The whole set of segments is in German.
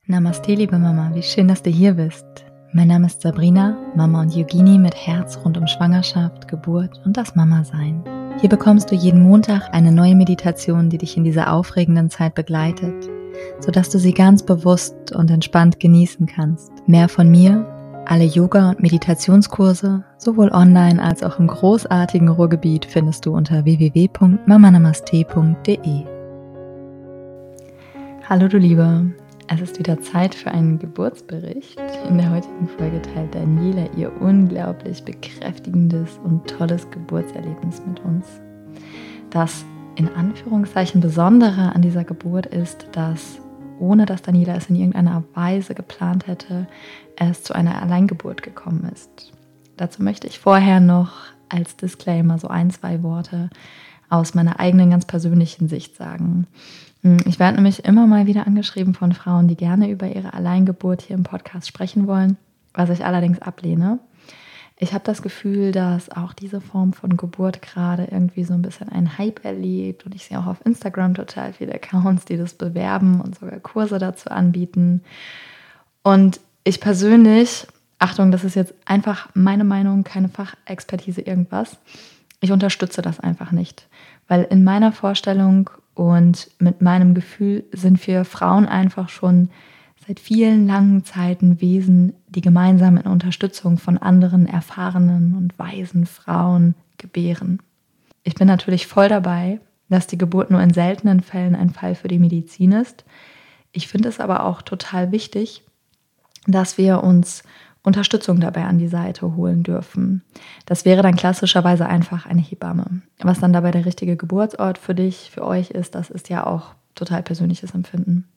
Namaste, liebe Mama, wie schön, dass du hier bist. Mein Name ist Sabrina, Mama und Yogini mit Herz rund um Schwangerschaft, Geburt und das Mama-Sein. Hier bekommst du jeden Montag eine neue Meditation, die dich in dieser aufregenden Zeit begleitet, sodass du sie ganz bewusst und entspannt genießen kannst. Mehr von mir, alle Yoga- und Meditationskurse, sowohl online als auch im großartigen Ruhrgebiet, findest du unter www.mamanamaste.de. Hallo du Liebe, es ist wieder Zeit für einen Geburtsbericht. In der heutigen Folge teilt Daniela ihr unglaublich bekräftigendes und tolles Geburtserlebnis mit uns. Das in Anführungszeichen Besondere an dieser Geburt ist, dass, ohne dass Daniela es in irgendeiner Weise geplant hätte, es zu einer Alleingeburt gekommen ist. Dazu möchte ich vorher noch als Disclaimer so 1-2 Worte aus meiner eigenen ganz persönlichen Sicht sagen. Ich werde nämlich immer mal wieder angeschrieben von Frauen, die gerne über ihre Alleingeburt hier im Podcast sprechen wollen, was ich allerdings ablehne. Ich habe das Gefühl, dass auch diese Form von Geburt gerade irgendwie so ein bisschen einen Hype erlebt und ich sehe auch auf Instagram total viele Accounts, die das bewerben und sogar Kurse dazu anbieten. Und ich persönlich, Achtung, das ist jetzt einfach meine Meinung, keine Fachexpertise, irgendwas, ich unterstütze das einfach nicht, weil in meiner Vorstellung und mit meinem Gefühl sind wir Frauen einfach schon seit vielen langen Zeiten Wesen, die gemeinsam in Unterstützung von anderen erfahrenen und weisen Frauen gebären. Ich bin natürlich voll dabei, dass die Geburt nur in seltenen Fällen ein Fall für die Medizin ist. Ich finde es aber auch total wichtig, dass wir uns Unterstützung dabei an die Seite holen dürfen. Das wäre dann klassischerweise einfach eine Hebamme. Was dann dabei der richtige Geburtsort für dich, für euch ist, das ist ja auch total persönliches Empfinden.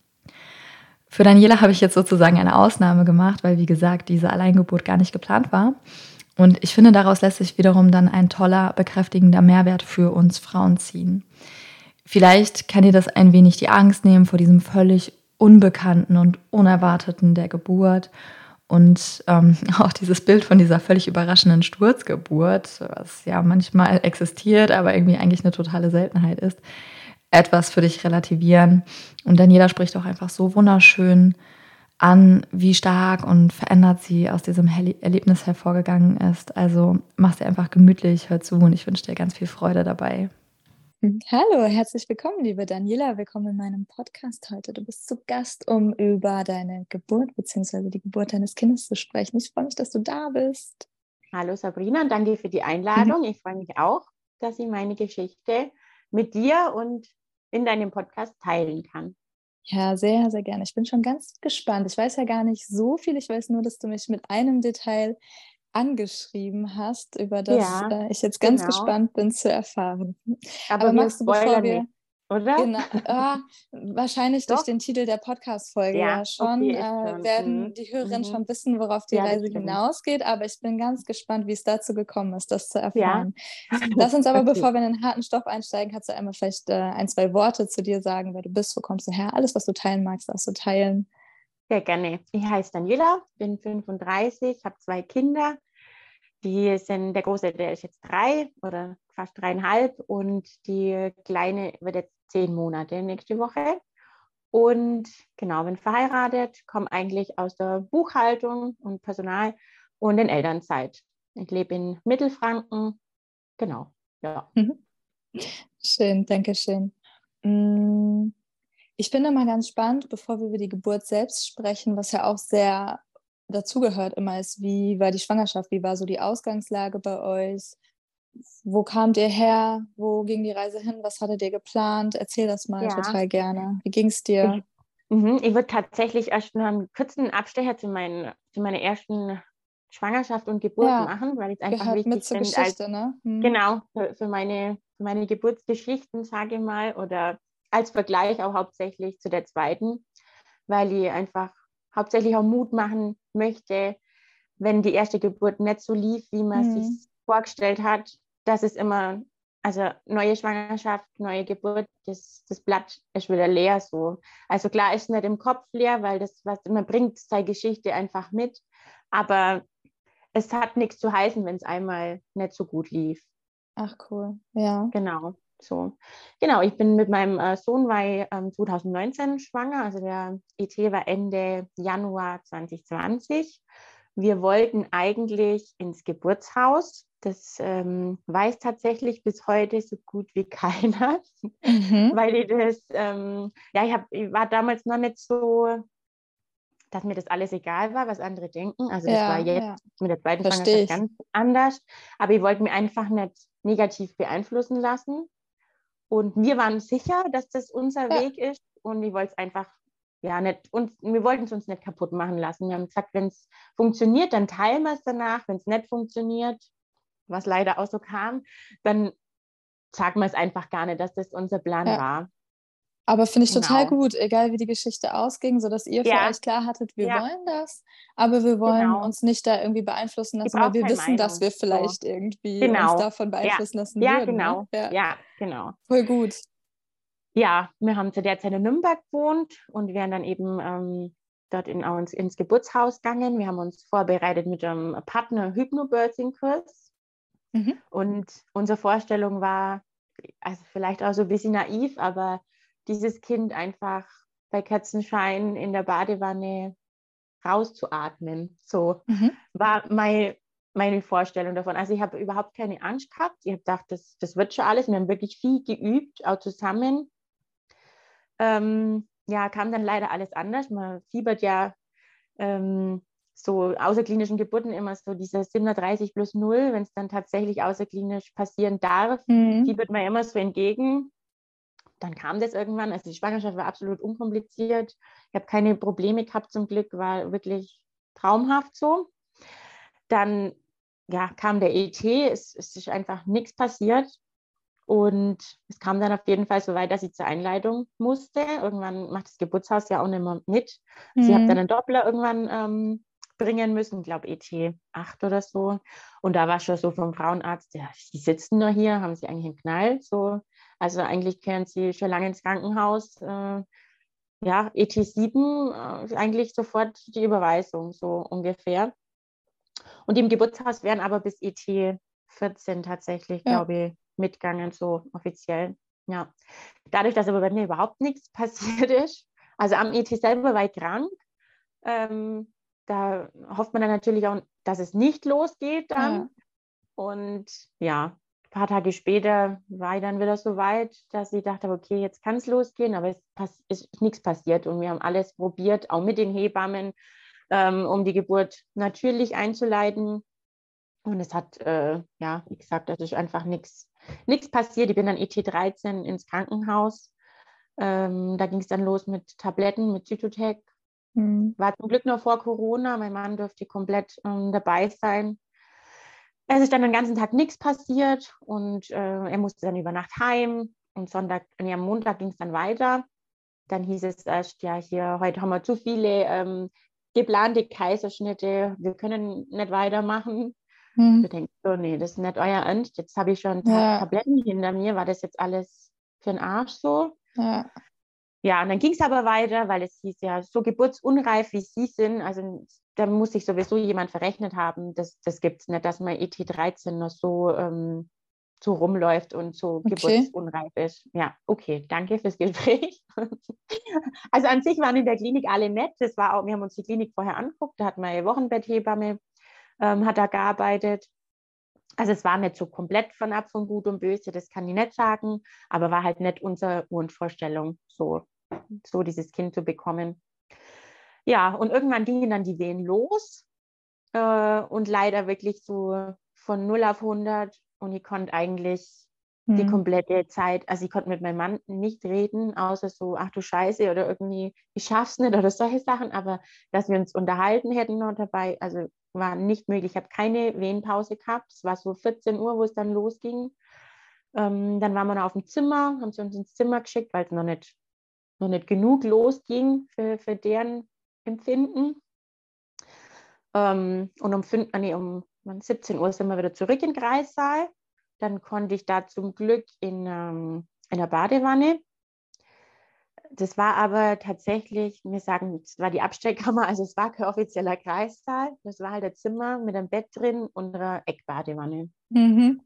Für Daniela habe ich jetzt sozusagen eine Ausnahme gemacht, weil, wie gesagt, diese Alleingeburt gar nicht geplant war. Und ich finde, daraus lässt sich wiederum dann ein toller, bekräftigender Mehrwert für uns Frauen ziehen. Vielleicht kann dir das ein wenig die Angst nehmen vor diesem völlig Unbekannten und Unerwarteten der Geburt. Und auch dieses Bild von dieser völlig überraschenden Sturzgeburt, was ja manchmal existiert, aber irgendwie eigentlich eine totale Seltenheit ist, etwas für dich relativieren. Und Daniela spricht auch einfach so wunderschön an, wie stark und verändert sie aus diesem Erlebnis hervorgegangen ist. Also mach dir einfach gemütlich, hör zu und ich wünsche dir ganz viel Freude dabei. Hallo, herzlich willkommen, liebe Daniela. Willkommen in meinem Podcast heute. Du bist zu Gast, um über deine Geburt bzw. die Geburt deines Kindes zu sprechen. Ich freue mich, dass du da bist. Hallo Sabrina, danke für die Einladung. Ich freue mich auch, dass ich meine Geschichte mit dir und in deinem Podcast teilen kann. Ja, sehr, sehr gerne. Ich bin schon ganz gespannt. Ich weiß ja gar nicht so viel. Ich weiß nur, dass du mich mit einem Detail angeschrieben hast, über das ich jetzt ganz gespannt bin zu erfahren. Aber magst du, bevor wir... nicht, oder? Genau, wahrscheinlich durch den Titel der Podcast-Folge ja schon, okay, schon. werden die Hörerinnen schon wissen, worauf die Reise hinausgeht, aber ich bin ganz gespannt, wie es dazu gekommen ist, das zu erfahren. Ja. Lass uns aber, bevor wir in den harten Stoff einsteigen, kannst du einmal vielleicht 1-2 Worte zu dir sagen, wer du bist, wo kommst du her, alles, was du teilen magst, darfst du teilen. Sehr gerne. Ich heiße Daniela, bin 35, habe 2 Kinder. Der Große, der ist jetzt 3 oder fast 3,5 und die Kleine wird jetzt 10 Monate nächste Woche. Und genau, bin verheiratet, komme eigentlich aus der Buchhaltung und Personal und in Elternzeit. Ich lebe in Mittelfranken, genau, ja. Schön, danke schön. Ich finde mal ganz spannend, bevor wir über die Geburt selbst sprechen, was ja auch sehr dazugehört immer ist, wie war die Schwangerschaft, wie war so die Ausgangslage bei euch, wo kamt ihr her, wo ging die Reise hin, was hattet ihr geplant, erzähl das mal total gerne. Wie ging es dir? Ich würde tatsächlich erst noch einen kurzen Abstecher zu meiner ersten Schwangerschaft und Geburt machen, weil ich es einfach wichtig mit zur finde, Geschichte, ne? Genau, für meine Geburtsgeschichten, sage ich mal, oder als Vergleich auch hauptsächlich zu der zweiten, weil ich einfach hauptsächlich auch Mut machen möchte, wenn die erste Geburt nicht so lief, wie man sich vorgestellt hat, dass es immer, also neue Schwangerschaft, neue Geburt, das Blatt ist wieder leer so. Also klar ist nicht im Kopf leer, weil man bringt seine Geschichte einfach mit, aber es hat nichts zu heißen, wenn es einmal nicht so gut lief. Ach cool, ja. Genau. So, genau, ich bin mit meinem Sohn war ich, 2019 schwanger, also der ET war Ende Januar 2020. Wir wollten eigentlich ins Geburtshaus. Das weiß tatsächlich bis heute so gut wie keiner, Mhm. weil ich das, ich war damals noch nicht so, dass mir das alles egal war, was andere denken. Also das war Ja, jetzt ja, mit der zweiten verstehe Schwangerschaft ich. ganz anders. Aber ich wollte mich einfach nicht negativ beeinflussen lassen. Und wir waren sicher, dass das unser Ja, Weg ist. Und ich wollte es einfach, ja, nicht, und wir wollten es uns nicht kaputt machen lassen. Wir haben gesagt, wenn es funktioniert, dann teilen wir es danach. Wenn es nicht funktioniert, was leider auch so kam, dann sagen wir es einfach gar nicht, dass das unser Plan ja. war. Aber finde ich total Genau. gut, egal wie die Geschichte ausging, sodass ihr für Ja, euch klar hattet, wir ja, wollen das, aber wir wollen genau. uns nicht da irgendwie beeinflussen Ich lassen, weil brauche wir keine wissen, dass Meinung. wir So, vielleicht irgendwie uns genau. davon Ja, beeinflussen lassen ja, würden, ne? genau. Ja, Ja, genau. voll gut. Ja, wir haben zu der Zeit in Nürnberg gewohnt und wären dann eben dort auch ins Geburtshaus gegangen. Wir haben uns vorbereitet mit einem Partner Hypnobirthing-Kurs Mhm. und unsere Vorstellung war, also vielleicht auch so ein bisschen naiv, aber dieses Kind einfach bei Kerzenschein in der Badewanne rauszuatmen. So Mhm. war meine Vorstellung davon. Also ich habe überhaupt keine Angst gehabt. Ich habe gedacht, das wird schon alles. Wir haben wirklich viel geübt, auch zusammen. Ja, kam dann leider alles anders. Man fiebert ja so außerklinischen Geburten immer so diese 37+0, wenn es dann tatsächlich außerklinisch passieren darf, Mhm. fiebert man immer so entgegen. Dann kam das irgendwann. Also die Schwangerschaft war absolut unkompliziert. Ich habe keine Probleme gehabt zum Glück, war wirklich traumhaft so. Dann ja, kam der ET, es ist einfach nichts passiert. Und es kam dann auf jeden Fall so weit, dass ich zur Einleitung musste. Irgendwann macht das Geburtshaus ja auch nicht mehr mit. Also ich habe dann Mhm. einen Doppler irgendwann bringen müssen, ich glaube ET 8 oder so. Und da war schon so vom Frauenarzt, ja, die sitzen nur hier, haben sie eigentlich einen Knall. So. Also eigentlich können sie schon lange ins Krankenhaus. Ja, ET 7 eigentlich sofort die Überweisung, so ungefähr. Und im Geburtshaus wären aber bis ET 14 tatsächlich, Ja. glaube ich, mitgegangen, so offiziell. Ja. Dadurch, dass aber bei mir überhaupt nichts passiert ist, also am ET selber war ich krank, da hofft man dann natürlich auch, dass es nicht losgeht dann. Ja. Und ja, ein paar Tage später war ich dann wieder so weit, dass ich dachte, okay, jetzt kann es losgehen, aber es ist nichts passiert. Und wir haben alles probiert, auch mit den Hebammen, um die Geburt natürlich einzuleiten. Und es hat, ja, wie gesagt, das ist einfach nichts passiert. Ich bin dann ET 13 ins Krankenhaus. Da ging es dann los mit Tabletten, mit Zytotec. Mhm. War zum Glück noch vor Corona. Mein Mann durfte komplett dabei sein. Es ist dann den ganzen Tag nichts passiert und er musste dann über Nacht heim. Und am Montag ging es dann weiter. Dann hieß es erst, ja, hier, heute haben wir zu viele geplante Kaiserschnitte. Wir können nicht weitermachen. Du Mhm. denkst so, nee, das ist nicht euer Ernst. Jetzt habe ich schon Ja. Tabletten hinter mir. War das jetzt alles für den Arsch so? Ja. Ja, und dann ging es aber weiter, weil es hieß ja, so geburtsunreif wie Sie sind, also da muss sich sowieso jemand verrechnet haben. Das gibt es nicht, dass man ET 13 noch so rumläuft und so Okay. geburtsunreif ist. Ja, okay, danke fürs Gespräch. Also an sich waren in der Klinik alle nett. Das war auch, wir haben uns die Klinik vorher angeguckt, da hat meine Wochenbetthebamme hat da gearbeitet. Also es war nicht so komplett von Gut und Böse, das kann ich nicht sagen, aber war halt nicht unsere Wunschvorstellung, so dieses Kind zu bekommen. Ja, und irgendwann gingen dann die Wehen los und leider wirklich so von 0 auf 100 und ich konnte eigentlich die Mhm. komplette Zeit, also ich konnte mit meinem Mann nicht reden, außer so, ach du Scheiße oder irgendwie, ich schaff's nicht oder solche Sachen, aber dass wir uns unterhalten hätten noch dabei, also war nicht möglich. Ich habe keine Wehenpause gehabt, es war so 14 Uhr, wo es dann losging. Dann waren wir noch auf dem Zimmer, haben sie uns ins Zimmer geschickt, weil es noch nicht genug losging für deren Empfinden. Und um 17 Uhr sind wir wieder zurück in den Kreissaal. Dann konnte ich da zum Glück in der Badewanne. Das war aber tatsächlich, wir sagen, es war die Abstellkammer, also es war kein offizieller Kreissaal. Das war halt ein Zimmer mit einem Bett drin und einer Eckbadewanne. Mhm.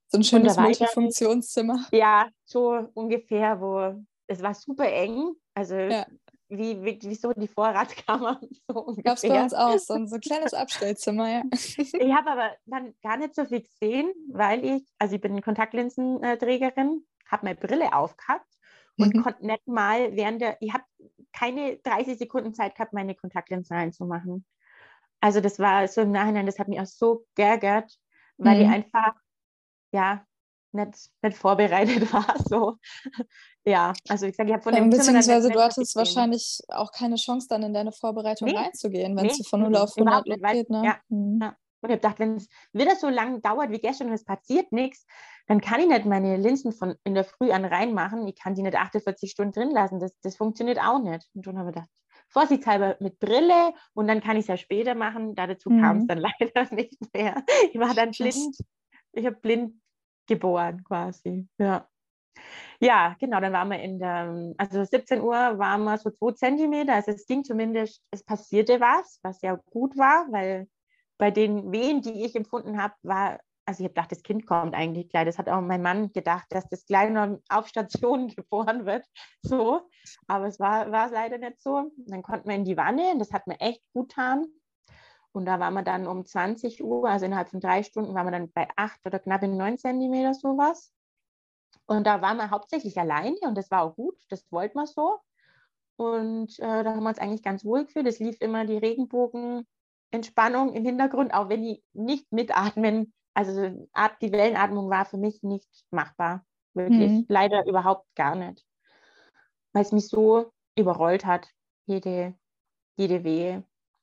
So ein Und schönes da war ich dann, Multifunktionszimmer. ja, so ungefähr, es war super eng, also Ja, wie so die Vorratskammer, so gab es bei ungefähr. uns auch, so ein kleines Abstellzimmer, ja. Ich habe aber dann gar nicht so viel gesehen, weil also ich bin Kontaktlinsenträgerin, habe meine Brille aufgehabt und Mhm. konnte nicht mal ich habe keine 30 Sekunden Zeit gehabt, meine Kontaktlinsen reinzumachen. Also das war so im Nachhinein, das hat mich auch so geärgert, weil ich Mhm. einfach, ja, nicht vorbereitet war. So. Ja, also wie gesagt, ich habe von dem Zimmer dann Beziehungsweise du nicht so viel hattest gesehen. wahrscheinlich auch keine Chance, dann in deine Vorbereitung Nee, reinzugehen, wenn es so nee, von 0 auf 100 überhaupt nicht, weil, losgeht, ne? ja, ja. Und ich habe gedacht, wenn es wieder so lange dauert wie gestern und es passiert nichts, dann kann ich nicht meine Linsen von in der Früh an reinmachen. Ich kann die nicht 48 Stunden drin lassen. Das funktioniert auch nicht. Und dann habe ich gedacht, vorsichtshalber mit Brille und dann kann ich es ja später machen. Dazu kam es Mhm. dann leider nicht mehr. Ich war dann Krass. blind. Ich habe blind geboren quasi. Ja. Ja, genau, dann waren wir also 17 Uhr waren wir so 2 Zentimeter, also es ging zumindest, es passierte was ja gut war, weil bei den Wehen, die ich empfunden habe, also ich habe gedacht, das Kind kommt eigentlich gleich, das hat auch mein Mann gedacht, dass das gleich noch auf Station geboren wird, so, aber es war leider nicht so. Und dann konnten wir in die Wanne, das hat mir echt gut getan. Und da waren wir dann um 20 Uhr, also innerhalb von 3 Stunden, waren wir dann bei 8 oder knapp in 9 Zentimeter sowas. Und da waren wir hauptsächlich alleine und das war auch gut, das wollten wir so. Und da haben wir uns eigentlich ganz wohl gefühlt. Es lief immer die Regenbogenentspannung im Hintergrund, auch wenn ich nicht mitatmen, also die Wellenatmung war für mich nicht machbar. Wirklich, Mhm. leider überhaupt gar nicht. Weil es mich so überrollt hat, jede Wehe.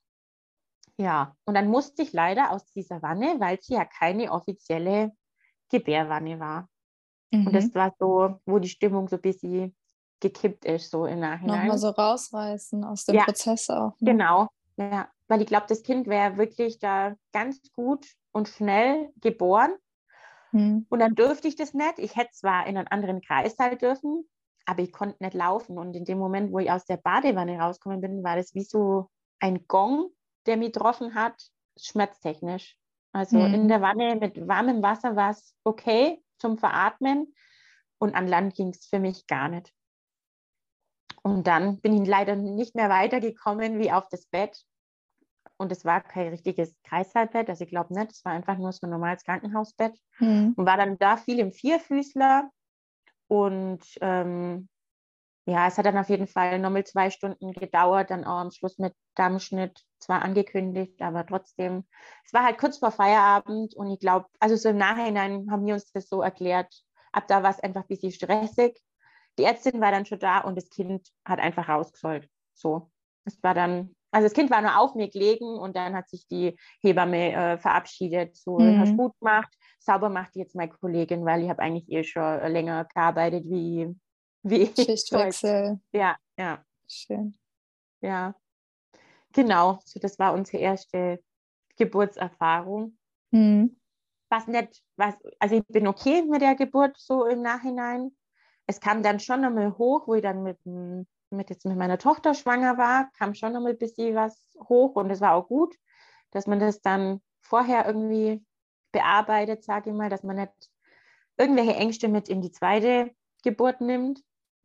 Ja, und dann musste ich leider aus dieser Wanne, weil sie ja keine offizielle Gebärwanne war. Und das Mhm. war so, wo die Stimmung so ein bisschen gekippt ist, so im Nochmal Nachhinein. so rausreißen aus dem Ja, Prozess auch, ne? genau. Ja, weil ich glaube, das Kind wäre wirklich da ganz gut und schnell geboren. Mhm. Und dann durfte ich das nicht. Ich hätte zwar in einen anderen Kreißsaal dürfen, aber ich konnte nicht laufen. Und in dem Moment, wo ich aus der Badewanne rausgekommen bin, war das wie so ein Gong, der mich getroffen hat, schmerztechnisch. Also in Mhm. der Wanne mit warmem Wasser war es okay zum Veratmen und an Land ging es für mich gar nicht. Und dann bin ich leider nicht mehr weitergekommen wie auf das Bett. Und es war kein richtiges Kreissaalbett, also ich glaube nicht, es war einfach nur so ein normales Krankenhausbett. Mhm. Und war dann da viel im Vierfüßler. Und ja, es hat dann auf jeden Fall nochmal 2 Stunden gedauert, dann auch am Schluss mit Dammschnitt, zwar angekündigt, aber trotzdem, es war halt kurz vor Feierabend und ich glaube, also so im Nachhinein haben wir uns das so erklärt, ab da war es einfach ein bisschen stressig. Die Ärztin war dann schon da und das Kind hat einfach rausgesollt. So, es war dann, also das Kind war nur auf mir gelegen und dann hat sich die Hebamme verabschiedet, so, hast Mhm. gut gemacht, sauber macht die jetzt meine Kollegin, weil ich habe eigentlich schon länger gearbeitet wie ich so als, Schichtwechsel. ja, ja, Schön. ja, genau. So, das war unsere erste Geburtserfahrung. Mhm. Also ich bin okay mit der Geburt so im Nachhinein. Es kam dann schon nochmal hoch, wo ich dann mit meiner Tochter schwanger war, kam schon nochmal ein bisschen was hoch und es war auch gut, dass man das dann vorher irgendwie bearbeitet, sage ich mal, dass man nicht irgendwelche Ängste mit in die zweite Geburt nimmt.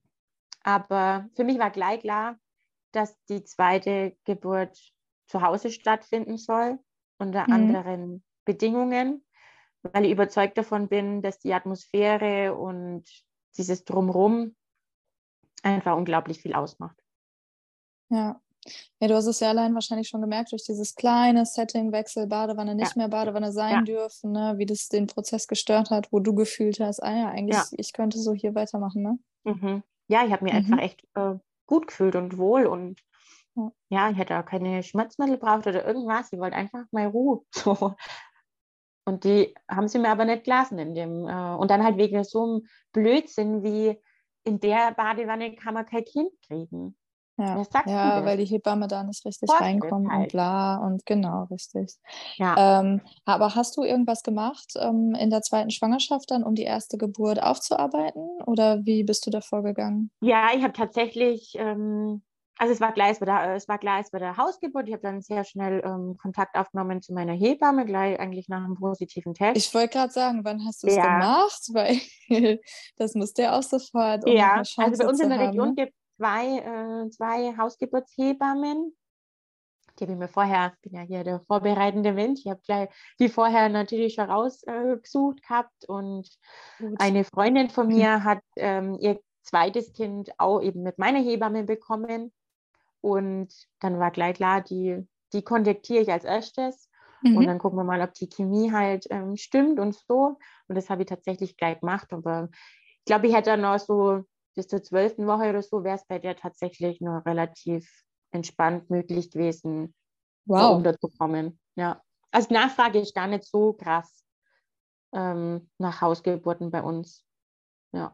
Aber für mich war gleich klar, dass die zweite Geburt zu Hause stattfinden soll, unter Mhm. anderen Bedingungen, weil ich überzeugt davon bin, dass die Atmosphäre und dieses Drumherum einfach unglaublich viel ausmacht. Ja. Ja, du hast es ja allein wahrscheinlich schon gemerkt, durch dieses kleine Setting-Wechsel, Badewanne, Ja, nicht mehr Badewanne sein ja, dürfen, ne? Wie das den Prozess gestört hat, wo du gefühlt hast, ah ja, ja. eigentlich, ich könnte so hier weitermachen, ne? Mhm. Ja, ich habe mich einfach Mhm. echt gut gefühlt und wohl und Ja. ja, ich hätte auch keine Schmerzmittel gebraucht oder irgendwas. Ich wollte einfach mal Ruhe. So. Und die haben sie mir aber nicht gelassen und dann halt wegen so einem Blödsinn wie in der Badewanne kann man kein Kind kriegen. Ja. Wer sagt denn Ja, das? weil die Hebamme da nicht richtig Vorschrift reinkommt und halt. bla und genau, richtig. Ja. Aber hast du irgendwas gemacht in der zweiten Schwangerschaft dann, um die erste Geburt aufzuarbeiten? Oder wie bist du da vorgegangen? Ja, ich habe tatsächlich Also es war gleich bei der Hausgeburt. Ich habe dann sehr schnell Kontakt aufgenommen zu meiner Hebamme, gleich eigentlich nach einem positiven Test. Ich wollte gerade sagen, wann hast du es Ja, gemacht? Weil das musste ja auch sofort, um noch eine ja. Also bei Chance uns in zu der haben. Region Ne? gibt es zwei Hausgeburtshebammen. Die habe ich mir vorher, ich bin ja hier der vorbereitende Mensch, ich habe gleich die vorher natürlich schon rausgesucht gehabt und Gut. eine Freundin von mir hat ihr zweites Kind auch eben mit meiner Hebamme bekommen und dann war gleich klar, die kontaktiere ich als erstes und Mhm. dann gucken wir mal, ob die Chemie halt stimmt und so und das habe ich tatsächlich gleich gemacht, aber ich glaube, ich hätte dann noch so bis zur 12. Woche oder so, wäre es bei der tatsächlich noch relativ entspannt möglich gewesen, da Wow. unterzukommen. Ja. Also die Nachfrage ist gar nicht so krass nach Hausgeburten bei uns. Ja,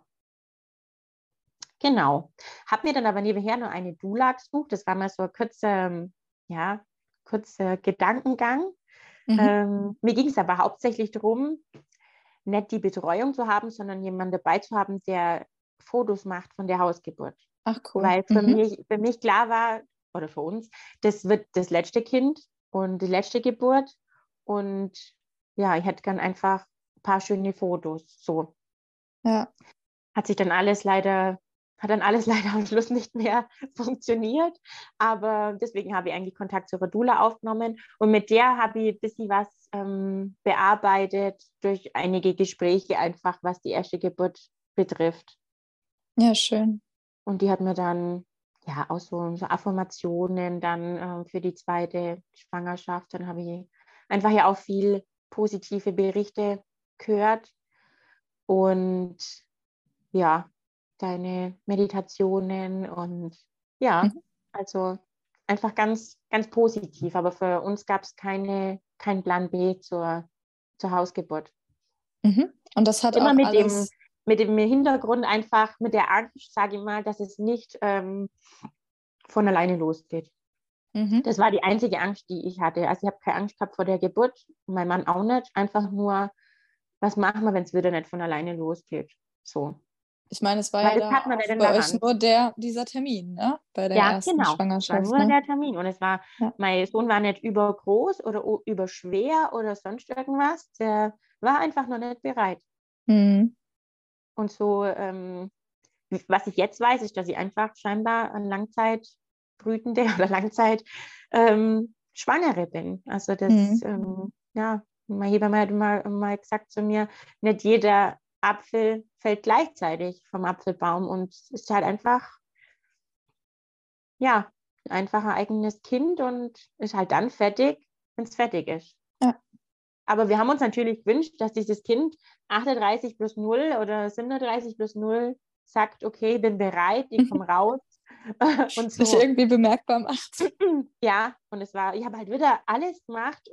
genau. Habe mir dann aber nebenher noch eine Doula gesucht. Das war mal so ein kurzer Gedankengang. Mhm. Mir ging es aber hauptsächlich darum, nicht die Betreuung zu haben, sondern jemanden dabei zu haben, der Fotos macht von der Hausgeburt. Ach, cool. Weil Mhm. für mich klar war, oder für uns, das wird das letzte Kind und die letzte Geburt. Und ja, ich hätte gern einfach ein paar schöne Fotos. So Ja. hat sich dann alles leider, hat dann alles leider am Schluss nicht mehr funktioniert. Aber deswegen habe ich eigentlich Kontakt zur Doula aufgenommen. Und mit der habe ich ein bisschen was bearbeitet durch einige Gespräche, einfach was die erste Geburt betrifft. Ja, schön. Und die hat mir dann ja auch so Affirmationen dann für die zweite Schwangerschaft. Dann habe ich einfach ja auch viel positive Berichte gehört. Und ja, deine Meditationen und ja, Mhm. also einfach ganz, ganz positiv. Aber für uns gab es keinen Plan B zur Hausgeburt. Mhm. Und das hat Immer auch alles. mit dem Hintergrund einfach, mit der Angst, sage ich mal, dass es nicht von alleine losgeht. Mhm. Das war die einzige Angst, die ich hatte. Also ich habe keine Angst gehabt vor der Geburt, mein Mann auch nicht. Einfach nur, was machen wir, wenn es wieder nicht von alleine losgeht? So. Ich meine, es war Weil ja das da hat man nicht auch in bei der euch Hand. nur dieser Termin, ne? Bei der Ja, ersten genau. Es war Schwangerschaft, nur ne? der Termin. Und es war, Ja. mein Sohn war nicht übergroß oder überschwer oder sonst irgendwas. Der war einfach noch nicht bereit. Mhm. Und so, was ich jetzt weiß, ist, dass ich einfach scheinbar ein Langzeitbrütende oder Schwangere bin. Also das, Mhm. ja, meine Hebamme hat mal gesagt zu mir, nicht jeder Apfel fällt gleichzeitig vom Apfelbaum und es ist halt ja, einfach ein eigenes Kind und ist halt dann fertig, wenn es fertig ist. Ja. Aber wir haben uns natürlich gewünscht, dass dieses Kind 38+0 oder 37+0 sagt, okay, ich bin bereit, ich komme raus und Sich so. irgendwie bemerkbar macht. Ja, und ich habe halt wieder alles gemacht,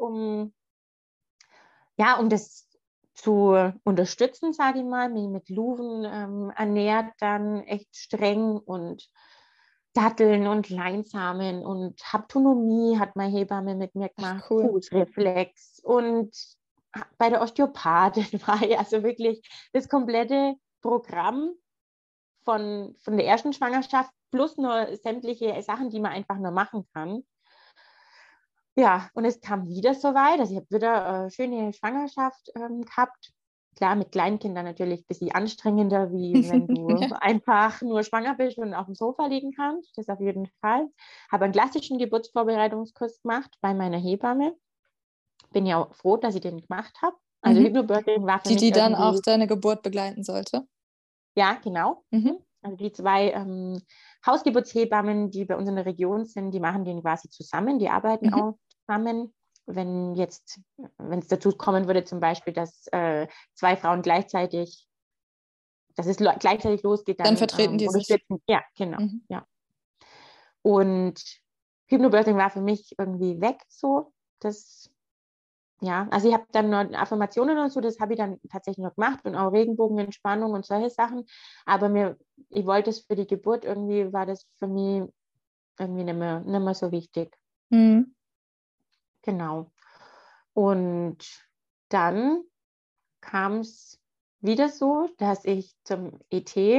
um das zu unterstützen, sage ich mal, mich mit Luven ernährt dann echt streng und Datteln und Leinsamen und Haptonomie hat meine Hebamme mit mir Ach, gemacht, cool. Fußreflex und bei der Osteopathin war ich also wirklich das komplette Programm von der ersten Schwangerschaft plus nur sämtliche Sachen, die man einfach nur machen kann. Ja, und es kam wieder so weit. Also ich habe wieder eine schöne Schwangerschaft gehabt. Klar, mit Kleinkindern natürlich ein bisschen anstrengender, wie wenn du Ja. einfach nur schwanger bist und auf dem Sofa liegen kannst. Das auf jeden Fall. Habe einen klassischen Geburtsvorbereitungskurs gemacht bei meiner Hebamme. Bin ja auch froh, dass ich den gemacht habe. Also Mhm. Hypnobirthing war für Die mich dann auch irgendwie, deine Geburt begleiten sollte. ja, genau. Mhm. Also die zwei Hausgeburtshebammen, die bei uns in der Region sind, die machen den quasi zusammen, die arbeiten Mhm. auch zusammen. Wenn es dazu kommen würde, zum Beispiel, dass zwei Frauen dass es gleichzeitig losgeht, Dann dann vertreten die sich. unterstützen. Ja, genau. Mhm. Ja. Und Hypnobirthing war für mich irgendwie weg so. Ja, also ich habe dann noch Affirmationen und so, das habe ich dann tatsächlich noch gemacht und auch Regenbogenentspannung und solche Sachen. Aber ich wollte es für die Geburt irgendwie, war das für mich irgendwie nicht mehr so wichtig. Mhm. Genau. Und dann kam es wieder so, dass ich zum ET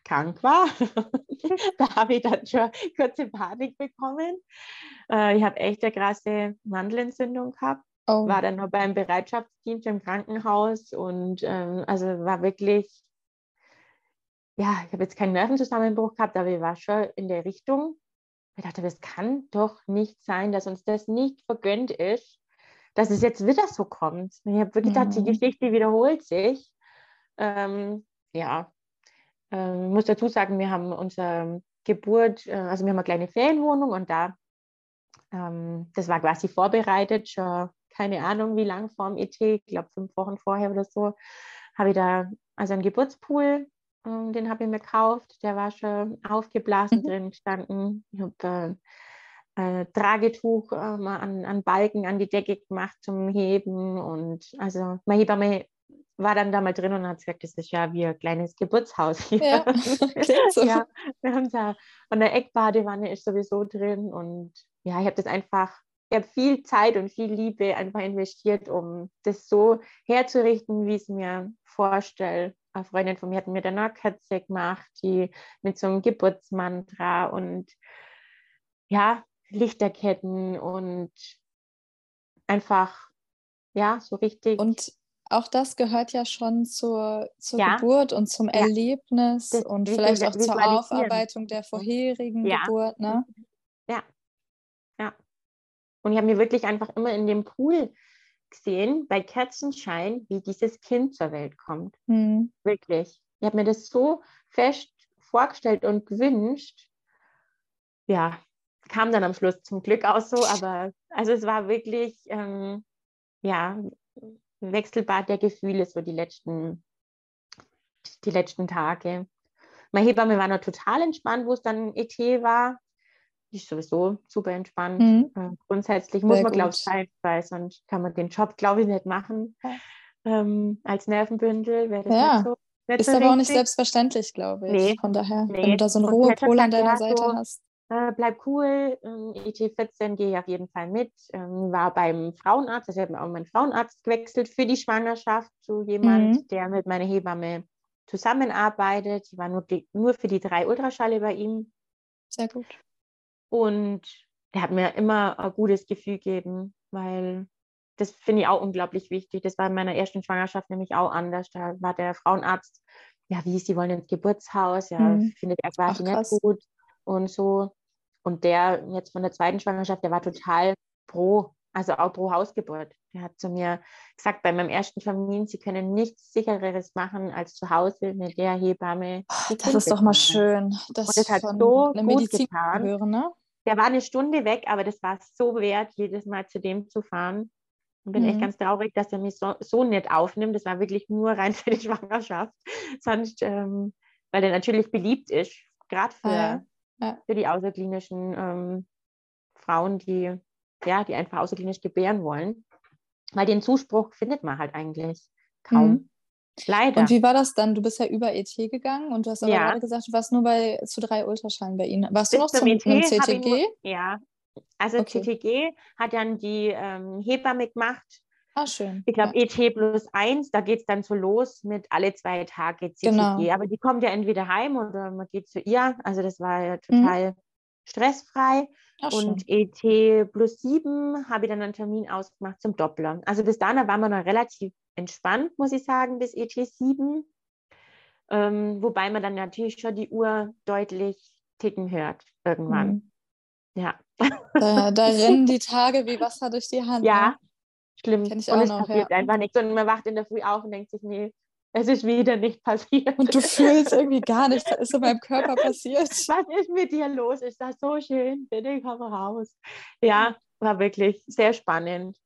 krank war. Da habe ich dann schon kurze Panik bekommen. Ich habe echt eine krasse Mandelentzündung gehabt. Oh. War dann noch beim Bereitschaftsdienst im Krankenhaus und also war wirklich, ja, ich habe jetzt keinen Nervenzusammenbruch gehabt, aber ich war schon in der Richtung. Ich dachte, das kann doch nicht sein, dass uns das nicht vergönnt ist, dass es jetzt wieder so kommt. Und ich habe wirklich gedacht, die Geschichte wiederholt sich. Ja, ich muss dazu sagen, wir haben unsere Geburt, also wir haben eine kleine Ferienwohnung und das war quasi vorbereitet, schon keine Ahnung wie lang vor dem ET, ich glaube 5 Wochen vorher oder so, habe ich da also einen Geburtspool, den habe ich mir gekauft, der war schon aufgeblasen drin gestanden. Ich habe Tragetuch mal an Balken an die Decke gemacht zum Heben und also meine Hebamme war dann da mal drin und hat gesagt, das ist ja wie ein kleines Geburtshaus hier. Ja, klingt so. Ja, wir haben da, und eine Eckbadewanne ist sowieso drin und ja, ich habe viel Zeit und viel Liebe einfach investiert, um das so herzurichten, wie ich es mir vorstelle. Eine Freundin von mir hat mir dann eine Kerze gemacht, die mit so einem Geburtsmantra und ja, Lichterketten und einfach, ja, so richtig. Und auch das gehört ja schon zur Ja, Geburt und zum ja, Erlebnis das und vielleicht auch zur Visualisieren. Aufarbeitung der vorherigen Ja, Geburt, ne? ja, ja. Und ich habe mir wirklich einfach immer in dem Pool gesehen, bei Kerzenschein, wie dieses Kind zur Welt kommt. Mhm. Wirklich. Ich habe mir das so fest vorgestellt und gewünscht. Ja, kam dann am Schluss zum Glück auch so, aber also es war wirklich, ja, Wechselbad der Gefühle so die letzten Tage. Meine Hebamme war noch total entspannt, wo es dann ET war. Die ist sowieso super entspannt. Mhm. Grundsätzlich muss Sehr man, glaube gut. ich, sein, weil sonst kann man den Job, glaube ich, nicht machen. Als Nervenbündel wäre das Ja, nicht ist so aber auch nicht richtig. selbstverständlich, glaube ich. Nee, Von daher, wenn du nee. da so einen Und sie hat schon Ruhepol an gesagt, deiner ja, Seite so, hast. bleib cool, ET14 gehe ich auf jeden Fall mit. War beim Frauenarzt, also ich habe auch meinen Frauenarzt gewechselt für die Schwangerschaft zu jemand, Mhm. der mit meiner Hebamme zusammenarbeitet. Ich war nur für die 3 Ultraschälle bei ihm Sehr gut. und er hat mir immer ein gutes Gefühl gegeben, weil das finde ich auch unglaublich wichtig. Das war in meiner ersten Schwangerschaft nämlich auch anders. Da war der Frauenarzt, ja, Sie wollen ins Geburtshaus, ja, Mhm. findet er quasi Ach, nicht krass. gut und so. Und der jetzt von der zweiten Schwangerschaft, der war total also auch pro Hausgeburt. Der hat zu mir gesagt, bei meinem ersten Termin, Sie können nichts Sichereres machen, als zu Hause mit der Hebamme Ihr Das Kind ist doch mal bekommen. schön, Und das das hat von so einer gut Mediziner getan. hören, ne? Der war eine Stunde weg, aber das war so wert, jedes Mal zu dem zu fahren. Ich bin echt Mhm. ganz traurig, dass er mich so nicht aufnimmt. Das war wirklich nur rein für die Schwangerschaft. Sonst, weil der natürlich beliebt ist, gerade Ah, ja. Ja. für die außerklinischen Frauen, die einfach außerklinisch gebären wollen. Weil den Zuspruch findet man halt eigentlich kaum. Mhm. Und Leider. wie war das dann? Du bist ja über ET gegangen und du hast aber Ja, gerade gesagt, du warst nur zu 3 Ultraschallen bei ihnen. Warst du bis noch zum zu ET einem habe ich nur, CTG? ja, also Okay. CTG hat dann die Hebamme gemacht. Ah, schön. Ich glaube, Ja, ET+1, da geht es dann so los mit alle 2 Tage genau. CTG. Aber die kommt ja entweder heim oder man geht zu ihr. Also das war ja Mhm. total stressfrei. Ach, Und schön. ET+7 habe ich dann einen Termin ausgemacht zum Doppler. Also bis dahin war man noch relativ entspannt, muss ich sagen, bis ET7. Wobei man dann natürlich schon die Uhr deutlich ticken hört irgendwann. Mhm. Ja. Da rennen die Tage wie Wasser durch die Hand, ne? Ja, schlimm. Kenne ich Und auch es noch, ja. passiert einfach nichts. Und man wacht in der Früh auf und denkt sich, nee, es ist wieder nicht passiert. Und du fühlst irgendwie gar nichts, da ist in meinem Körper passiert. Was ist mit dir los? Ist das so schön? Bitte komm raus. Ja, war wirklich sehr spannend.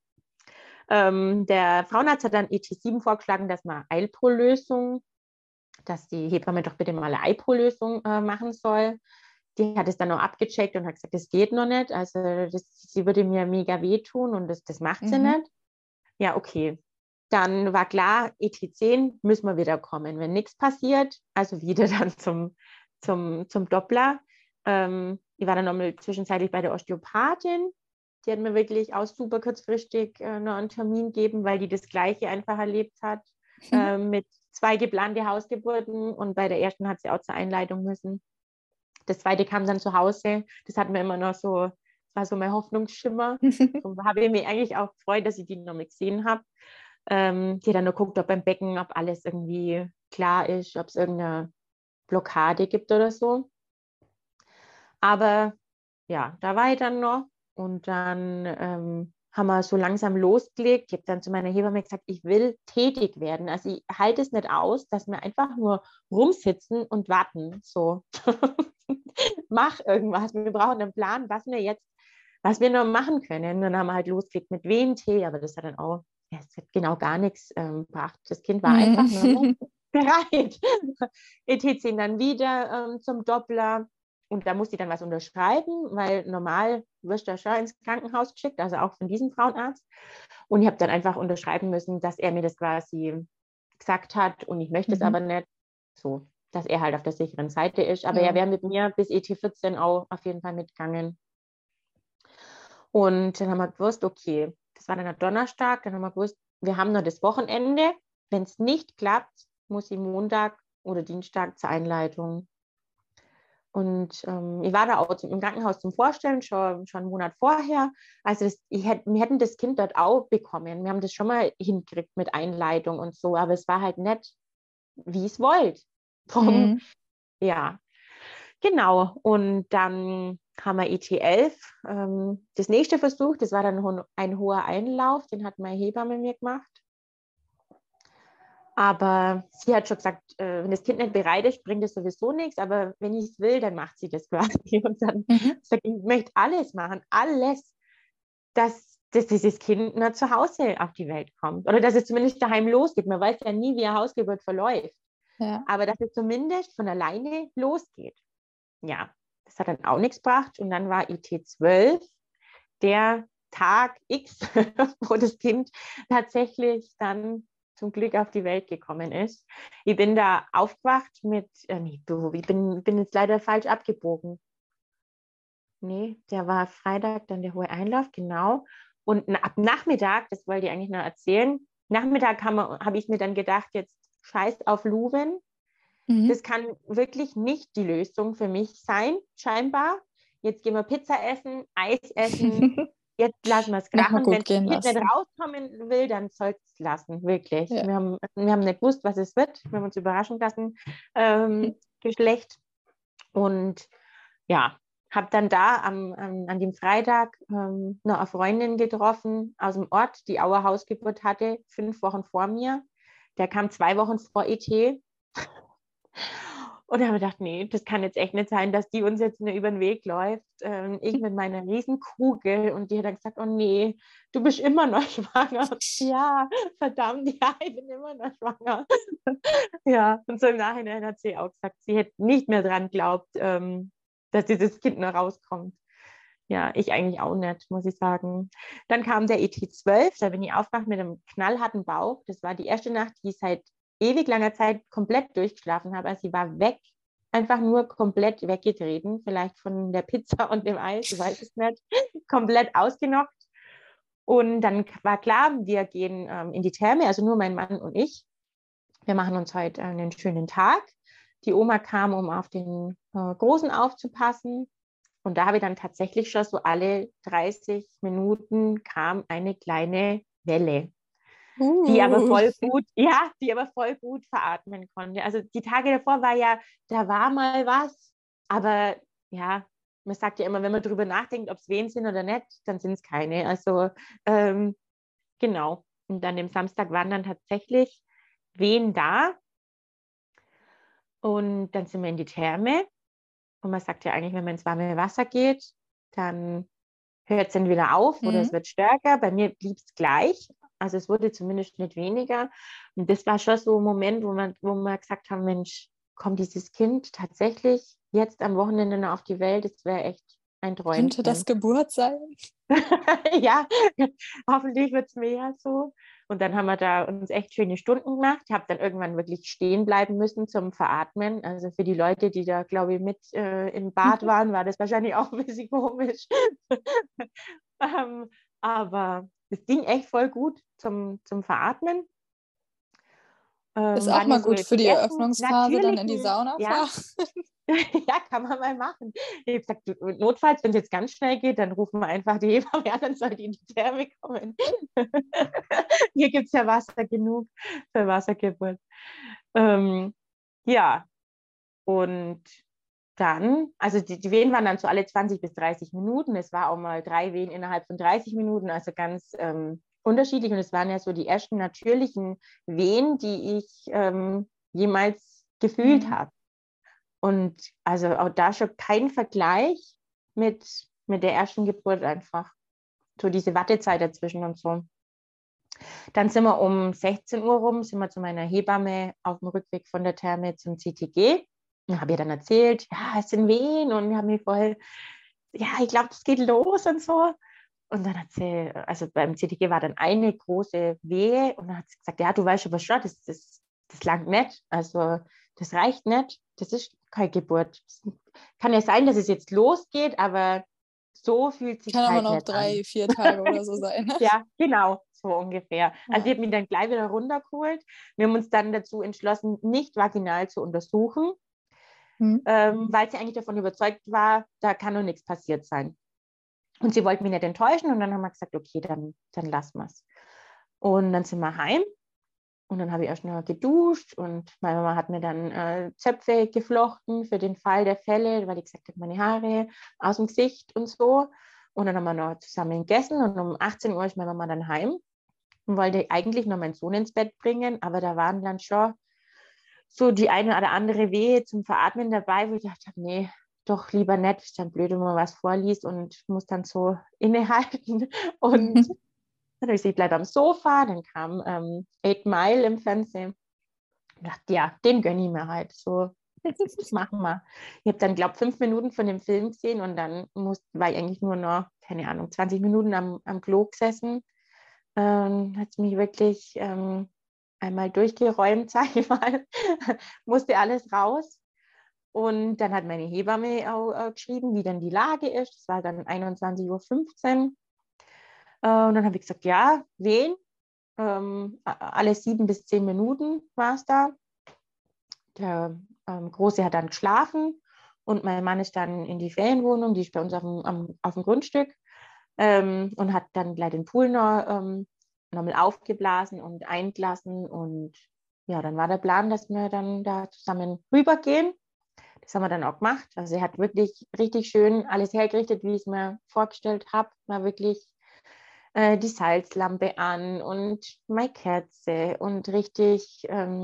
Der Frauenarzt hat dann ET7 vorgeschlagen, dass man Eilpro-Lösung, dass die Hebamme doch bitte mal eine Eilpro-Lösung machen soll. Die hat es dann auch abgecheckt und hat gesagt, das geht noch nicht. Also sie würde mir mega wehtun und das macht sie Mhm. nicht. Ja, okay. Dann war klar, ET10 müssen wir wieder kommen. Wenn nichts passiert, also wieder dann zum Doppler. Ich war dann nochmal zwischenzeitlich bei der Osteopathin. Die hat mir wirklich auch super kurzfristig noch einen Termin gegeben, weil die das Gleiche einfach erlebt hat. mit 2 geplante Hausgeburten und bei der ersten hat sie auch zur Einleitung müssen. Das zweite kam dann zu Hause. Das hat mir immer noch so, das war so mein Hoffnungsschimmer. Darum habe ich mich eigentlich auch gefreut, dass ich die noch mal gesehen habe. Die hat dann nur geguckt, ob beim Becken, ob alles irgendwie klar ist, ob es irgendeine Blockade gibt oder so. Aber ja, da war ich dann noch und dann haben wir so langsam losgelegt. Ich habe dann zu meiner Hebamme gesagt, ich will tätig werden. Also ich halte es nicht aus, dass wir einfach nur rumsitzen und warten. So, mach irgendwas. Wir brauchen einen Plan, was wir noch machen können. Und dann haben wir halt losgelegt mit Wehentee, aber das hat dann auch, ja, es hat genau gar nichts gebracht. Das Kind war einfach nur nicht bereit. etc. dann wieder zum Doppler. Und da musste ich dann was unterschreiben, weil normal wirst du ja schon ins Krankenhaus geschickt, also auch von diesem Frauenarzt. Und ich habe dann einfach unterschreiben müssen, dass er mir das quasi gesagt hat und ich möchte es aber nicht. So, dass er halt auf der sicheren Seite ist. Aber er wäre mit mir bis ET14 auch auf jeden Fall mitgegangen. Und dann haben wir gewusst, okay, das war dann ein Donnerstag, dann haben wir gewusst, wir haben noch das Wochenende. Wenn es nicht klappt, muss ich Montag oder Dienstag zur Einleitung. Und ich war da auch im Krankenhaus zum Vorstellen, schon einen Monat vorher. Also wir hätten das Kind dort auch bekommen. Wir haben das schon mal hingekriegt mit Einleitung und so, aber es war halt nicht, wie ich es wollte. Drum, ja, genau. Und dann haben wir ET11 das nächste Versuch, das war dann ein hoher Einlauf, den hat meine Hebamme mir gemacht. Aber sie hat schon gesagt, wenn das Kind nicht bereit ist, bringt es sowieso nichts. Aber wenn ich es will, dann macht sie das quasi. Und dann sagt, ich möchte alles machen, alles, dass dieses Kind nur zu Hause auf die Welt kommt. Oder dass es zumindest daheim losgeht. Man weiß ja nie, wie eine Hausgeburt verläuft. Ja. Aber dass es zumindest von alleine losgeht. Ja, das hat dann auch nichts gebracht. Und dann war ET12 der Tag X, wo das Kind tatsächlich dann zum Glück auf die Welt gekommen ist. Ich bin da aufgewacht mit, ich bin jetzt leider falsch abgebogen. Nee, der war Freitag, dann der hohe Einlauf, genau. Und ab Nachmittag, das wollte ich eigentlich noch erzählen, Nachmittag habe ich mir dann gedacht, jetzt scheiß auf Luven. Das kann wirklich nicht die Lösung für mich sein, scheinbar. Jetzt gehen wir Pizza essen, Eis essen. Jetzt lassen wir es krachen. Wenn das Kind nicht rauskommen will, dann soll es lassen, wirklich. Ja. Wir haben nicht gewusst, was es wird. Wir haben uns überraschen lassen, Geschlecht. Und ja, habe dann da an dem Freitag noch eine Freundin getroffen aus dem Ort, die Auer Hausgeburt hatte, 5 Wochen vor mir. Der kam 2 Wochen vor ET. Und da habe ich gedacht, nee, das kann jetzt echt nicht sein, dass die uns jetzt nur über den Weg läuft. Ich mit meiner Riesenkugel. Und die hat dann gesagt, oh nee, du bist immer noch schwanger. Ja, verdammt, ja, ich bin immer noch schwanger. Ja, und so im Nachhinein hat sie auch gesagt, sie hätte nicht mehr dran geglaubt, dass dieses Kind noch rauskommt. Ja, ich eigentlich auch nicht, muss ich sagen. Dann kam der ET12, da bin ich aufgewacht mit einem knallharten Bauch. Das war die erste Nacht, die ich seit ewig langer Zeit komplett durchgeschlafen habe. Also sie war weg, einfach nur komplett weggetreten, vielleicht von der Pizza und dem Eis, ich weiß es nicht, komplett ausgenockt. Und dann war klar, wir gehen in die Therme, also nur mein Mann und ich. Wir machen uns heute einen schönen Tag. Die Oma kam, um auf den Großen aufzupassen. Und da habe ich dann tatsächlich schon so alle 30 Minuten kam eine kleine Welle. Die aber voll gut veratmen konnte. Also die Tage davor da war mal was, aber ja, man sagt ja immer, wenn man drüber nachdenkt, ob es Wehen sind oder nicht, dann sind es keine. Also genau. Und an dem Samstag waren dann tatsächlich Wehen da. Und dann sind wir in die Therme. Und man sagt ja eigentlich, wenn man ins warme Wasser geht, dann hört es dann wieder auf oder es wird stärker. Bei mir blieb es gleich. Also es wurde zumindest nicht weniger. Und das war schon so ein Moment, wo wir gesagt haben, Mensch, kommt dieses Kind tatsächlich jetzt am Wochenende noch auf die Welt? Das wäre echt ein Träumchen. Könnte das Geburt sein? Ja, hoffentlich wird es mehr so. Und dann haben wir da uns echt schöne Stunden gemacht. Ich habe dann irgendwann wirklich stehen bleiben müssen zum Veratmen. Also für die Leute, die da, glaube ich, mit im Bad waren, war das wahrscheinlich auch ein bisschen komisch. Aber es ging echt voll gut zum Veratmen. Ist auch waren mal ja so gut für die ersten Eröffnungsphase, dann in die natürlichen, Sauna ja, fahren. ja, kann man mal machen. Ich habe gesagt, notfalls, wenn es jetzt ganz schnell geht, dann rufen wir einfach die Hebamme an, dann soll die in die Therme kommen. Hier gibt es ja Wasser genug für Wassergeburt. Ja, und dann, also die Wehen waren dann so alle 20 bis 30 Minuten. Es war auch mal 3 Wehen innerhalb von 30 Minuten, also ganz unterschiedlich. Und es waren ja so die ersten natürlichen Wehen, die ich jemals gefühlt habe. Und also auch da schon kein Vergleich mit der ersten Geburt einfach. So diese Wartezeit dazwischen und so. Dann sind wir um 16 Uhr rum, sind wir zu meiner Hebamme auf dem Rückweg von der Therme zum CTG. Und habe ihr dann erzählt, ja, es sind Wehen und wir haben mich voll, ja, ich glaube, es geht los und so. Und dann hat sie, also beim CTG war dann eine große Wehe und dann hat sie gesagt, ja, du weißt aber schon, das langt nicht, also das reicht nicht, das ist keine Geburt. Kann ja sein, dass es jetzt losgeht, aber so fühlt sich Kann aber halt noch nicht 3, an. 4 Tage oder so sein. Ne? Ja, genau, so ungefähr. Also Ja. ich habe mich dann gleich wieder runtergeholt. Wir haben uns dann dazu entschlossen, nicht vaginal zu untersuchen, weil sie eigentlich davon überzeugt war, da kann noch nichts passiert sein. Und sie wollte mich nicht enttäuschen und dann haben wir gesagt, okay, dann lassen wir es. Und dann sind wir heim und dann habe ich erst noch geduscht und meine Mama hat mir dann Zöpfe geflochten für den Fall der Fälle, weil ich gesagt habe, meine Haare aus dem Gesicht und so. Und dann haben wir noch zusammen gegessen und um 18 Uhr ist meine Mama dann heim und wollte eigentlich noch meinen Sohn ins Bett bringen, aber da waren dann schon so die eine oder andere Wehe zum Veratmen dabei, wo ich dachte, nee, doch lieber nicht, ist dann blöd, wenn man was vorliest und muss dann so innehalten. Und dann habe ich gesagt, ich bleibe am Sofa, dann kam 8 Mile im Fernsehen. Und dachte, ja, den gönne ich mir halt. So, das machen wir. Ich habe dann, glaube ich, 5 Minuten von dem Film gesehen und dann war ich eigentlich nur noch, keine Ahnung, 20 Minuten am Klo gesessen. Hat es mich wirklich einmal durchgeräumt, sage ich mal. Musste alles raus. Und dann hat meine Hebamme auch geschrieben, wie denn die Lage ist. Das war dann 21:15 Uhr. Und dann habe ich gesagt, ja, wen? Alle 7 bis 10 Minuten war es da. Der Große hat dann geschlafen und mein Mann ist dann in die Ferienwohnung, die ist bei uns auf dem Grundstück, und hat dann gleich den Pool nochmal aufgeblasen und eingelassen. Und ja, dann war der Plan, dass wir dann da zusammen rübergehen. Das haben wir dann auch gemacht. Also er hat wirklich richtig schön alles hergerichtet, wie ich es mir vorgestellt habe. War wirklich die Salzlampe an und meine Kerze und richtig,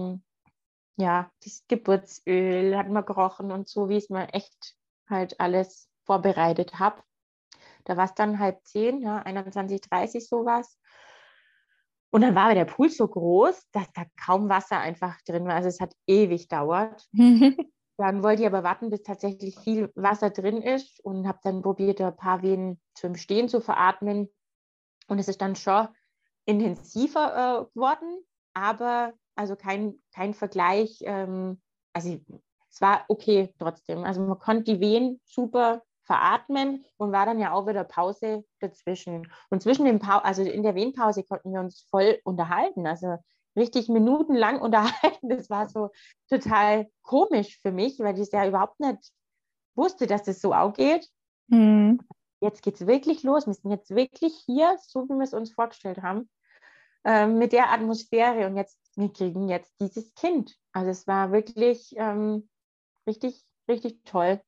ja, das Geburtsöl hat man gerochen und so, wie ich es mir echt halt alles vorbereitet habe. Da war es dann 9:30, ja, 21:30 sowas. Und dann war aber der Pool so groß, dass da kaum Wasser einfach drin war. Also es hat ewig gedauert. Dann wollte ich aber warten, bis tatsächlich viel Wasser drin ist und habe dann probiert, ein paar Wehen zum Stehen zu veratmen. Und es ist dann schon intensiver geworden, aber also kein Vergleich. Also es war okay trotzdem. Also man konnte die Wehen super veratmen und war dann ja auch wieder Pause dazwischen. Und zwischen den also in der Wehenpause konnten wir uns voll unterhalten. Also richtig minutenlang unterhalten. Das war so total komisch für mich, weil ich ja überhaupt nicht wusste, dass das so auch geht. Jetzt geht es wirklich los. Wir sind jetzt wirklich hier, so wie wir es uns vorgestellt haben, mit der Atmosphäre. Und wir kriegen jetzt dieses Kind. Also es war wirklich richtig, richtig toll.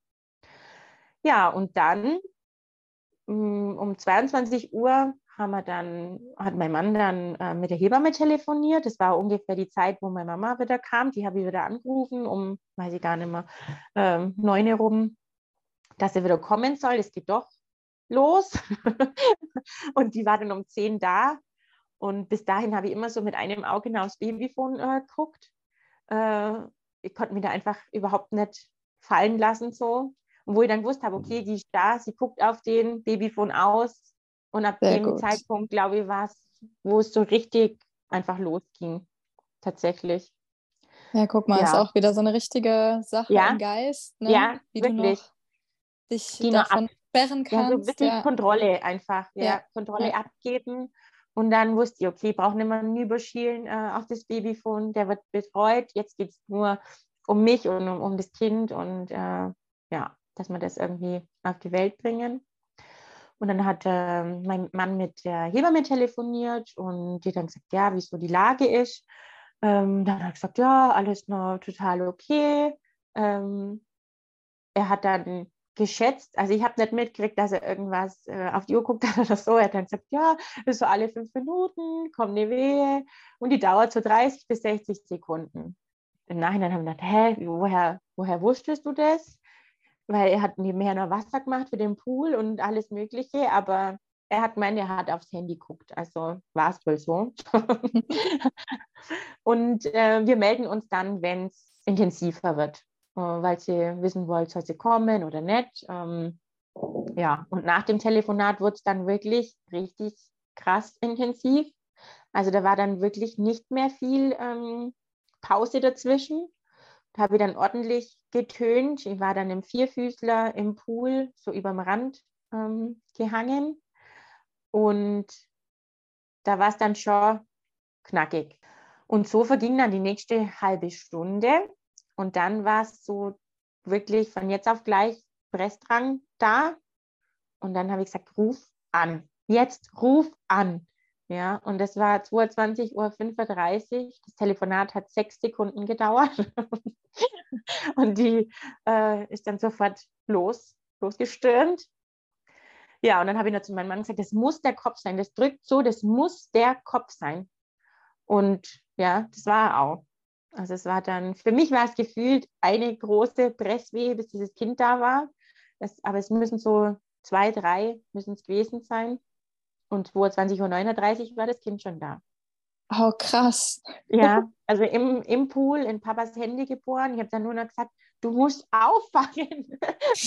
Ja, und dann um 22 Uhr hat mein Mann dann mit der Hebamme telefoniert. Das war ungefähr die Zeit, wo meine Mama wieder kam. Die habe ich wieder angerufen, weiß ich gar nicht mehr, 9 Uhr rum, dass sie wieder kommen soll. Es geht doch los. Und die war dann um 10 da. Und bis dahin habe ich immer so mit einem Auge aufs Babyphone geguckt. Ich konnte mich da einfach überhaupt nicht fallen lassen so. Und wo ich dann gewusst habe, okay, die ist da, sie guckt auf den Babyphone aus. Und ab Sehr dem gut. Zeitpunkt, glaube ich, war es, wo es so richtig einfach losging. Tatsächlich. Ja, guck mal, ist Ja, auch wieder so eine richtige Sache im ja, Geist, ne? ja, Wie du wirklich. noch dich Die noch davon sperren ja, so kannst. wirklich Ja, Kontrolle einfach, ja, ja, Kontrolle ja. abgeben. Und dann wusste ich, okay, ich brauche nicht mehr überschielen auf das Babyphone, der wird betreut. Jetzt geht es nur um mich und um das Kind und dass wir das irgendwie auf die Welt bringen. Und dann hat mein Mann mit der Hebamme telefoniert und die dann gesagt, ja, wie so die Lage ist. Dann hat er gesagt, ja, alles noch total okay. Er hat dann geschätzt, also ich habe nicht mitgekriegt, dass er irgendwas auf die Uhr guckt hat oder so. Er hat dann gesagt, ja, das ist so alle 5 Minuten, kommt eine Wehe und die dauert so 30 bis 60 Sekunden. Im Nachhinein haben wir gedacht, woher wusstest du das? Weil er hat nebenher noch Wasser gemacht für den Pool und alles Mögliche, aber er hat gemeint, er hat aufs Handy geguckt, also war es wohl so. Und wir melden uns dann, wenn es intensiver wird, weil sie wissen wollen, soll sie kommen oder nicht. Und nach dem Telefonat wurde es dann wirklich richtig krass intensiv. Also da war dann wirklich nicht mehr viel Pause dazwischen. Da habe ich dann ordentlich getönt. Ich war dann im Vierfüßler im Pool, so überm Rand gehangen. Und da war es dann schon knackig. Und so verging dann die nächste halbe Stunde. Und dann war es so wirklich von jetzt auf gleich Pressdrang da. Und dann habe ich gesagt, ruf an. Jetzt ruf an. Ja, und das war 22:35 Uhr. Das Telefonat hat 6 Sekunden gedauert. Und die ist dann sofort losgestürmt. Ja, und dann habe ich noch zu meinem Mann gesagt, das muss der Kopf sein. Das drückt so, das muss der Kopf sein. Und ja, das war er auch. Also es war dann, für mich war es gefühlt eine große Presswehe, bis dieses Kind da war. Aber es müssen so 2, 3 müssen es gewesen sein. Und 22:39 Uhr war das Kind schon da. Oh, krass. Ja, also im Pool, in Papas Handy geboren. Ich habe dann nur noch gesagt, du musst aufwachen.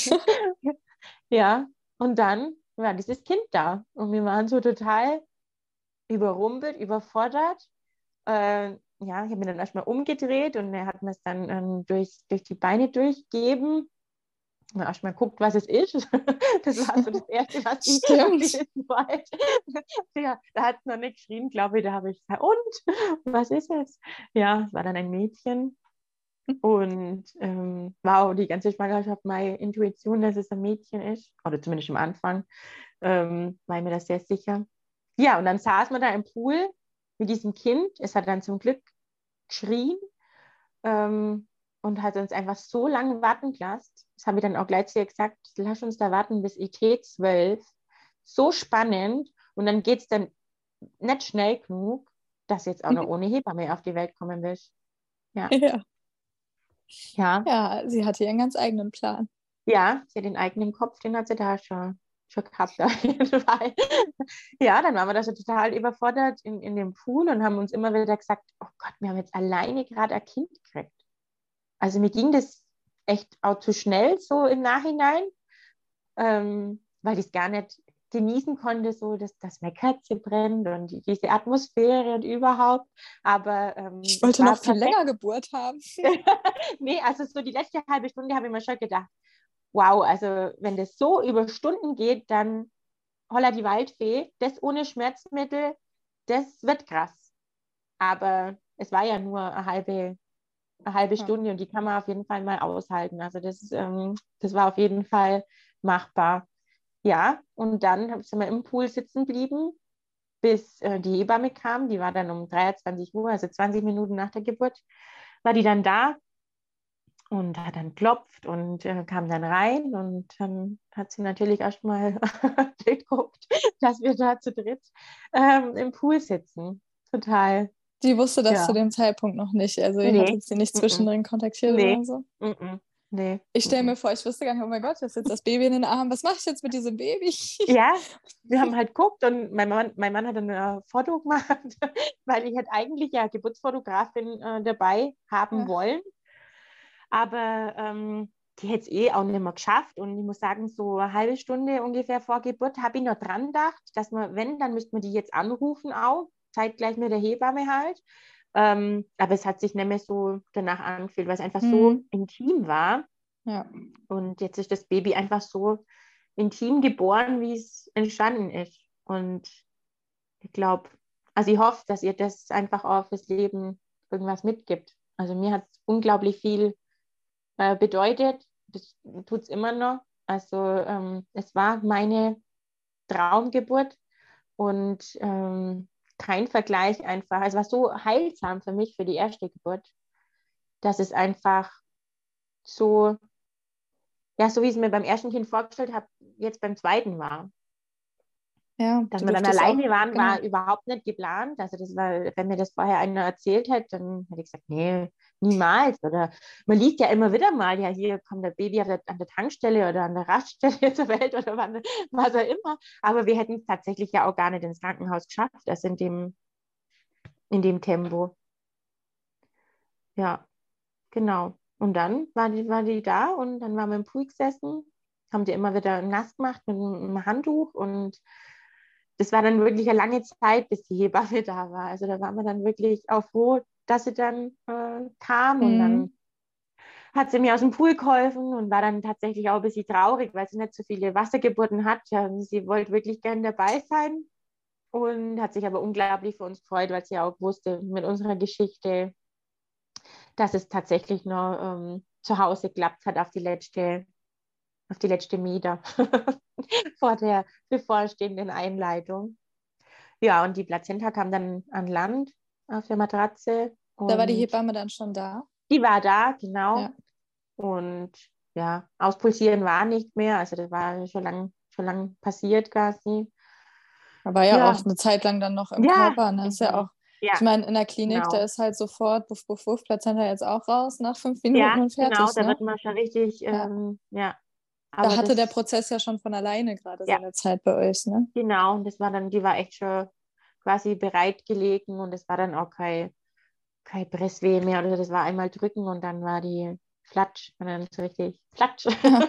Ja, und dann war dieses Kind da. Und wir waren so total überrumpelt, überfordert. Ich habe mich dann erstmal umgedreht und er hat mir es dann durch die Beine durchgegeben. Und erstmal guckt, was es ist. Das war so das Erste, was ich wissen wollte. Ja, da hat es noch nicht geschrien, glaube ich. Da habe ich gesagt, und? Was ist es? Ja, es war dann ein Mädchen. Und wow, die ganze Schwangerschaft, meine Intuition, dass es ein Mädchen ist, oder zumindest am Anfang, war ich mir das sehr sicher. Ja, und dann saß man da im Pool mit diesem Kind. Es hat dann zum Glück geschrien und hat uns einfach so lange warten gelassen. Das habe ich dann auch gleich zu ihr gesagt, lass uns da warten bis IT12. So spannend. Und dann geht es dann nicht schnell genug, dass jetzt auch noch ohne Hebamme auf die Welt kommen willst. Ja. Ja, sie hatte ihren ganz eigenen Plan. Ja, sie hat den eigenen Kopf, den hat sie da schon gehabt auf jeden Fall. Ja, dann waren wir da schon total überfordert in dem Pool und haben uns immer wieder gesagt, oh Gott, wir haben jetzt alleine gerade ein Kind gekriegt. Also mir ging das echt auch zu schnell so im Nachhinein, weil ich es gar nicht genießen konnte, so dass mein Kerze brennt und diese Atmosphäre und überhaupt. Aber ich wollte noch viel länger Geburt haben. Nee, also so die letzte halbe Stunde habe ich mir schon gedacht, wow, also wenn das so über Stunden geht, dann holla die Waldfee, das ohne Schmerzmittel, das wird krass. Aber es war ja nur eine halbe Stunde und die kann man auf jeden Fall mal aushalten. Also das war auf jeden Fall machbar. Ja, und dann sind wir im Pool sitzen geblieben, bis die Hebamme kam. Die war dann um 23 Uhr, also 20 Minuten nach der Geburt, war die dann da und hat dann geklopft und kam dann rein und dann hat sie natürlich erstmal geguckt, dass wir da zu dritt im Pool sitzen. Total. Die wusste das zu dem Zeitpunkt noch nicht. Also ihr hattet sie nicht zwischendrin kontaktiert oder so? Nee. Ich stelle mir vor, ich wusste gar nicht, oh mein Gott, das ist jetzt das Baby in den Armen. Was mache ich jetzt mit diesem Baby? Ja, wir haben halt geguckt und mein Mann hat ein Foto gemacht, weil ich halt eigentlich ja Geburtsfotografin dabei haben wollen. Aber die hätte es auch nicht mehr geschafft. Und ich muss sagen, so eine halbe Stunde ungefähr vor Geburt habe ich noch dran gedacht, dass man, wenn, dann müsste man die jetzt anrufen auch, zeitgleich mit der Hebamme halt. Aber es hat sich nicht mehr so danach angefühlt, weil es einfach so intim war. Ja. Und jetzt ist das Baby einfach so intim geboren, wie es entstanden ist. Und ich glaube, Also ich hoffe, dass ihr das einfach auch fürs Leben irgendwas mitgibt. Also mir hat es unglaublich viel bedeutet. Das tut es immer noch. Also es war meine Traumgeburt und kein Vergleich einfach. Es war so heilsam für mich, für die erste Geburt, dass es einfach so, ja, so wie ich es mir beim ersten Kind vorgestellt habe, jetzt beim zweiten war. Ja, Dass du wir dann durftest auch, alleine waren, genau. war überhaupt nicht geplant. Also das war, wenn mir das vorher einer erzählt hätte, dann hätte ich gesagt, nee, niemals. Oder man liest ja immer wieder mal, ja, hier kommt der Baby an der Tankstelle oder an der Raststelle zur Welt oder was auch immer. Aber wir hätten es tatsächlich ja auch gar nicht ins Krankenhaus geschafft, also in dem Tempo. Ja, genau. Und dann war die da und dann waren wir im Pool gesessen, haben die immer wieder nass gemacht mit einem Handtuch und das war dann wirklich eine lange Zeit, bis die Hebamme da war. Also da waren wir dann wirklich auch froh, dass sie dann kam und Mhm. dann hat sie mir aus dem Pool geholfen und war dann tatsächlich auch ein bisschen traurig, weil sie nicht so viele Wassergeburten hat. Ja, sie wollte wirklich gern dabei sein und hat sich aber unglaublich für uns gefreut, weil sie auch wusste mit unserer Geschichte, dass es tatsächlich noch zu Hause geklappt hat auf die letzte Meter vor der bevorstehenden Einleitung. Ja, und die Plazenta kam dann an Land auf der Matratze Da war die und Hebamme dann schon da. die war da, genau. Ja. Und ja, auspulsieren war nicht mehr, also das war schon lang passiert quasi. Aber ja auch Ja, eine Zeit lang dann noch im ja, Körper. Ne? Ist ja auch, ich ja, meine, in der Klinik, da genau. ist halt sofort, wuff, wuff, wuff, Plazenta jetzt auch raus nach 5 Minuten Ja, und genau, fertig, da ne? wird man schon richtig, Ja. ja, Da aber hatte der das, Prozess ja schon von alleine gerade ja, seine Zeit bei euch, ne? genau, und das war dann, die war echt schon quasi bereitgelegen und es war dann auch kein Pressweh mehr oder das war einmal drücken und dann war die Flatsch, und dann so richtig Flatsch,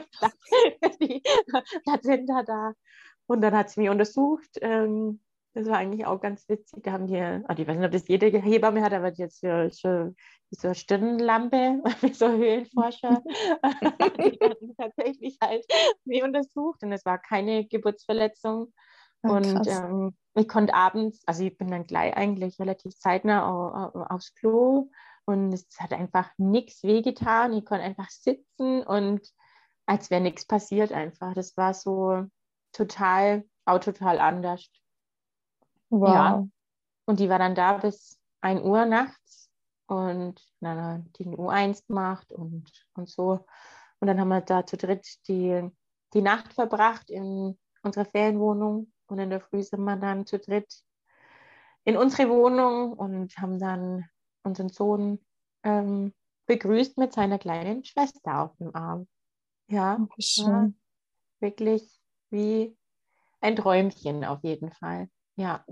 die Plazenta da. Und dann hat sie mich untersucht. Das war eigentlich auch ganz witzig. Da haben die, ich weiß nicht, ob das jede Hebamme hat, aber die jetzt so eine Stirnlampe, wie so Höhlenforscher, die dann tatsächlich halt mich untersucht. Und es war keine Geburtsverletzung. Ja, Und krass. ich konnte abends, also ich bin dann gleich eigentlich relativ zeitnah aufs Klo und es hat einfach nichts wehgetan. Ich konnte einfach sitzen und als wäre nichts passiert einfach. Das war so total anders. Ja, Wow. und die war dann da bis 1 Uhr nachts und dann hat die U1 gemacht und so. Und dann haben wir da zu dritt die Nacht verbracht in unserer Ferienwohnung und in der Früh sind wir dann zu dritt in unsere Wohnung und haben dann unseren Sohn begrüßt mit seiner kleinen Schwester auf dem Arm. Ja, Oh, wie war schön. wirklich wie ein Träumchen auf jeden Fall. Ja,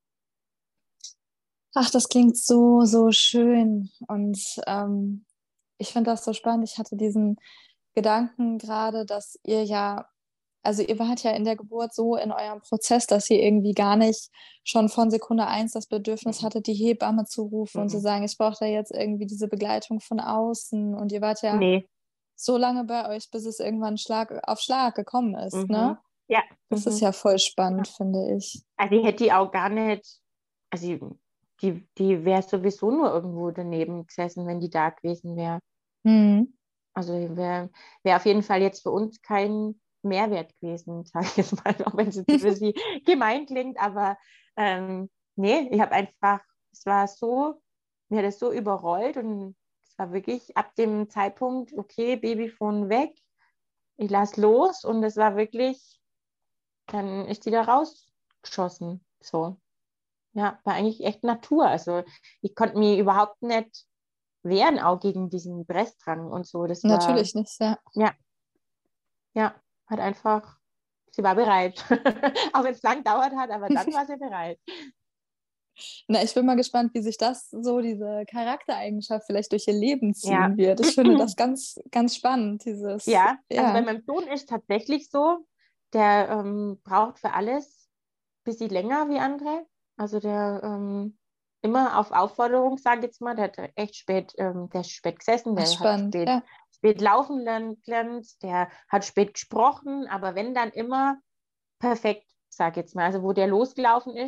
Ach, das klingt so, so schön. Und ich finde das so spannend. Ich hatte diesen Gedanken gerade, dass ihr ja, also ihr wart ja in der Geburt so in eurem Prozess, dass ihr irgendwie gar nicht schon von Sekunde eins das Bedürfnis mhm. hattet, die Hebamme zu rufen und zu Mhm. sagen, ich brauche da jetzt irgendwie diese Begleitung von außen. Und ihr wart ja Nee. so lange bei euch, bis es irgendwann Schlag auf Schlag gekommen ist, ne? Mhm. Ja. Das ist Mhm. ja voll Ja. spannend, finde ich. Also ich hätte die auch gar nicht, also die wäre sowieso nur irgendwo daneben gesessen, wenn die da gewesen wäre. Hm. Also wär auf jeden Fall jetzt für uns kein Mehrwert gewesen, sage ich jetzt mal, auch wenn es jetzt für sie gemein klingt, aber nee, ich habe einfach, es war so, mir hat es so überrollt und es war wirklich ab dem Zeitpunkt, okay, Babyphone weg, ich lass los und es war wirklich, dann ist die da rausgeschossen, so. Ja, war eigentlich echt Natur, also ich konnte mich überhaupt nicht wehren, auch gegen diesen Pressdrang und so, das war, Natürlich nicht, ja. ja, ja, hat einfach, sie war bereit. Auch wenn es lang dauert hat, aber dann war sie bereit. Na, ich bin mal gespannt, wie sich das so, diese Charaktereigenschaft vielleicht durch ihr Leben Ja. ziehen wird. Ich finde das ganz, ganz spannend, dieses, Ja, also bei ja. meinem Sohn ist tatsächlich so, der braucht für alles ein bisschen länger wie andere. Also der immer auf Aufforderung, sage ich jetzt mal, der hat echt spät, der ist spät gesessen, Ach, der hat spannend, ja. spät laufen gelernt, der hat spät gesprochen, aber wenn dann immer perfekt, sage ich jetzt mal. Also wo der losgelaufen ist,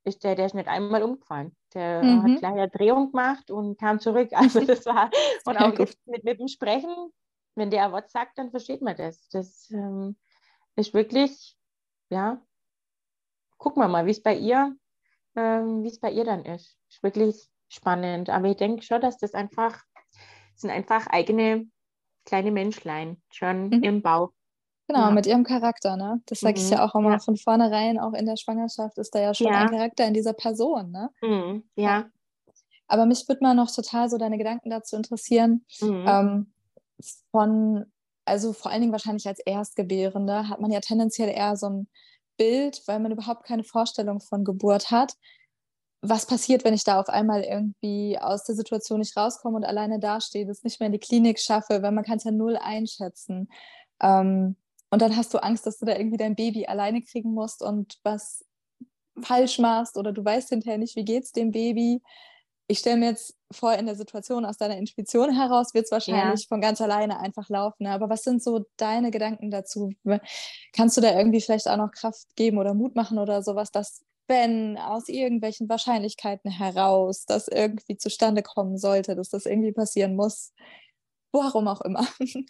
der ist nicht einmal umgefallen. Der hat Mhm. gleich eine Drehung gemacht und kam zurück. Also das war, und Sehr auch gut. jetzt mit dem Sprechen, wenn der ein Wort sagt, dann versteht man das. Das ist wirklich, ja, gucken wir mal, wie es bei ihr dann ist. Ist wirklich spannend. Aber ich denke schon, dass sind einfach eigene kleine Menschlein schon Mhm. im Bauch. Genau, Ja. mit ihrem Charakter, ne? Das sage ich ja Mhm. auch immer Ja. von vornherein, auch in der Schwangerschaft ist da ja schon ein Ja. Charakter in dieser Person, ne? Mhm. Ja. Ja. Aber mich würde mal noch total so deine Gedanken dazu interessieren. Mhm. Ähm, von, also vor allen Dingen wahrscheinlich als Erstgebärende hat man ja tendenziell eher so ein Bild, weil man überhaupt keine Vorstellung von Geburt hat. Was passiert, wenn ich da auf einmal irgendwie aus der Situation nicht rauskomme und alleine dastehe, das nicht mehr in die Klinik schaffe, weil man kann es ja null einschätzen. Ähm, und dann hast du Angst, dass du da irgendwie dein Baby alleine kriegen musst und was falsch machst oder du weißt hinterher nicht, wie geht's dem Baby. Ich stelle mir jetzt vor, in der Situation aus deiner Intuition heraus wird es Ja. wahrscheinlich von ganz alleine einfach laufen. Ne? Aber was sind so deine Gedanken dazu? Kannst du da irgendwie vielleicht auch noch Kraft geben oder Mut machen oder sowas, dass wenn aus irgendwelchen Wahrscheinlichkeiten heraus das irgendwie zustande kommen sollte, dass das irgendwie passieren muss, warum auch immer.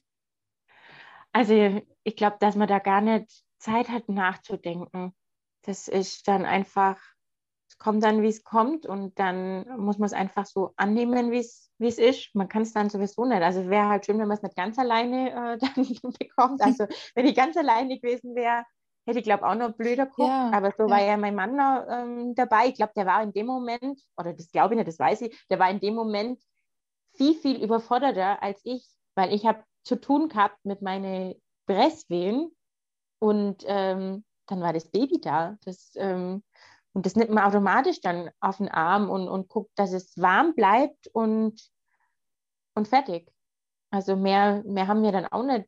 Also ich glaube, dass man da gar nicht Zeit hat nachzudenken. Das ist dann einfach, es kommt dann, wie es kommt und dann muss man es einfach so annehmen, wie es ist. Man kann es dann sowieso nicht. Also wäre halt schön, wenn man es nicht ganz alleine dann bekommt. Also wenn ich ganz alleine gewesen wäre, hätte ich glaube auch noch blöder geguckt. Ja, Aber so war ja, ja mein Mann noch dabei. Ich glaube, der war in dem Moment, oder das glaube ich nicht, das weiß ich, der war in dem Moment viel, viel überforderter als ich, weil ich habe zu tun gehabt mit meinen Brustwehen und dann war das Baby da. Und das nimmt man automatisch dann auf den Arm und guckt, dass es warm bleibt und fertig. Also mehr haben wir dann auch nicht,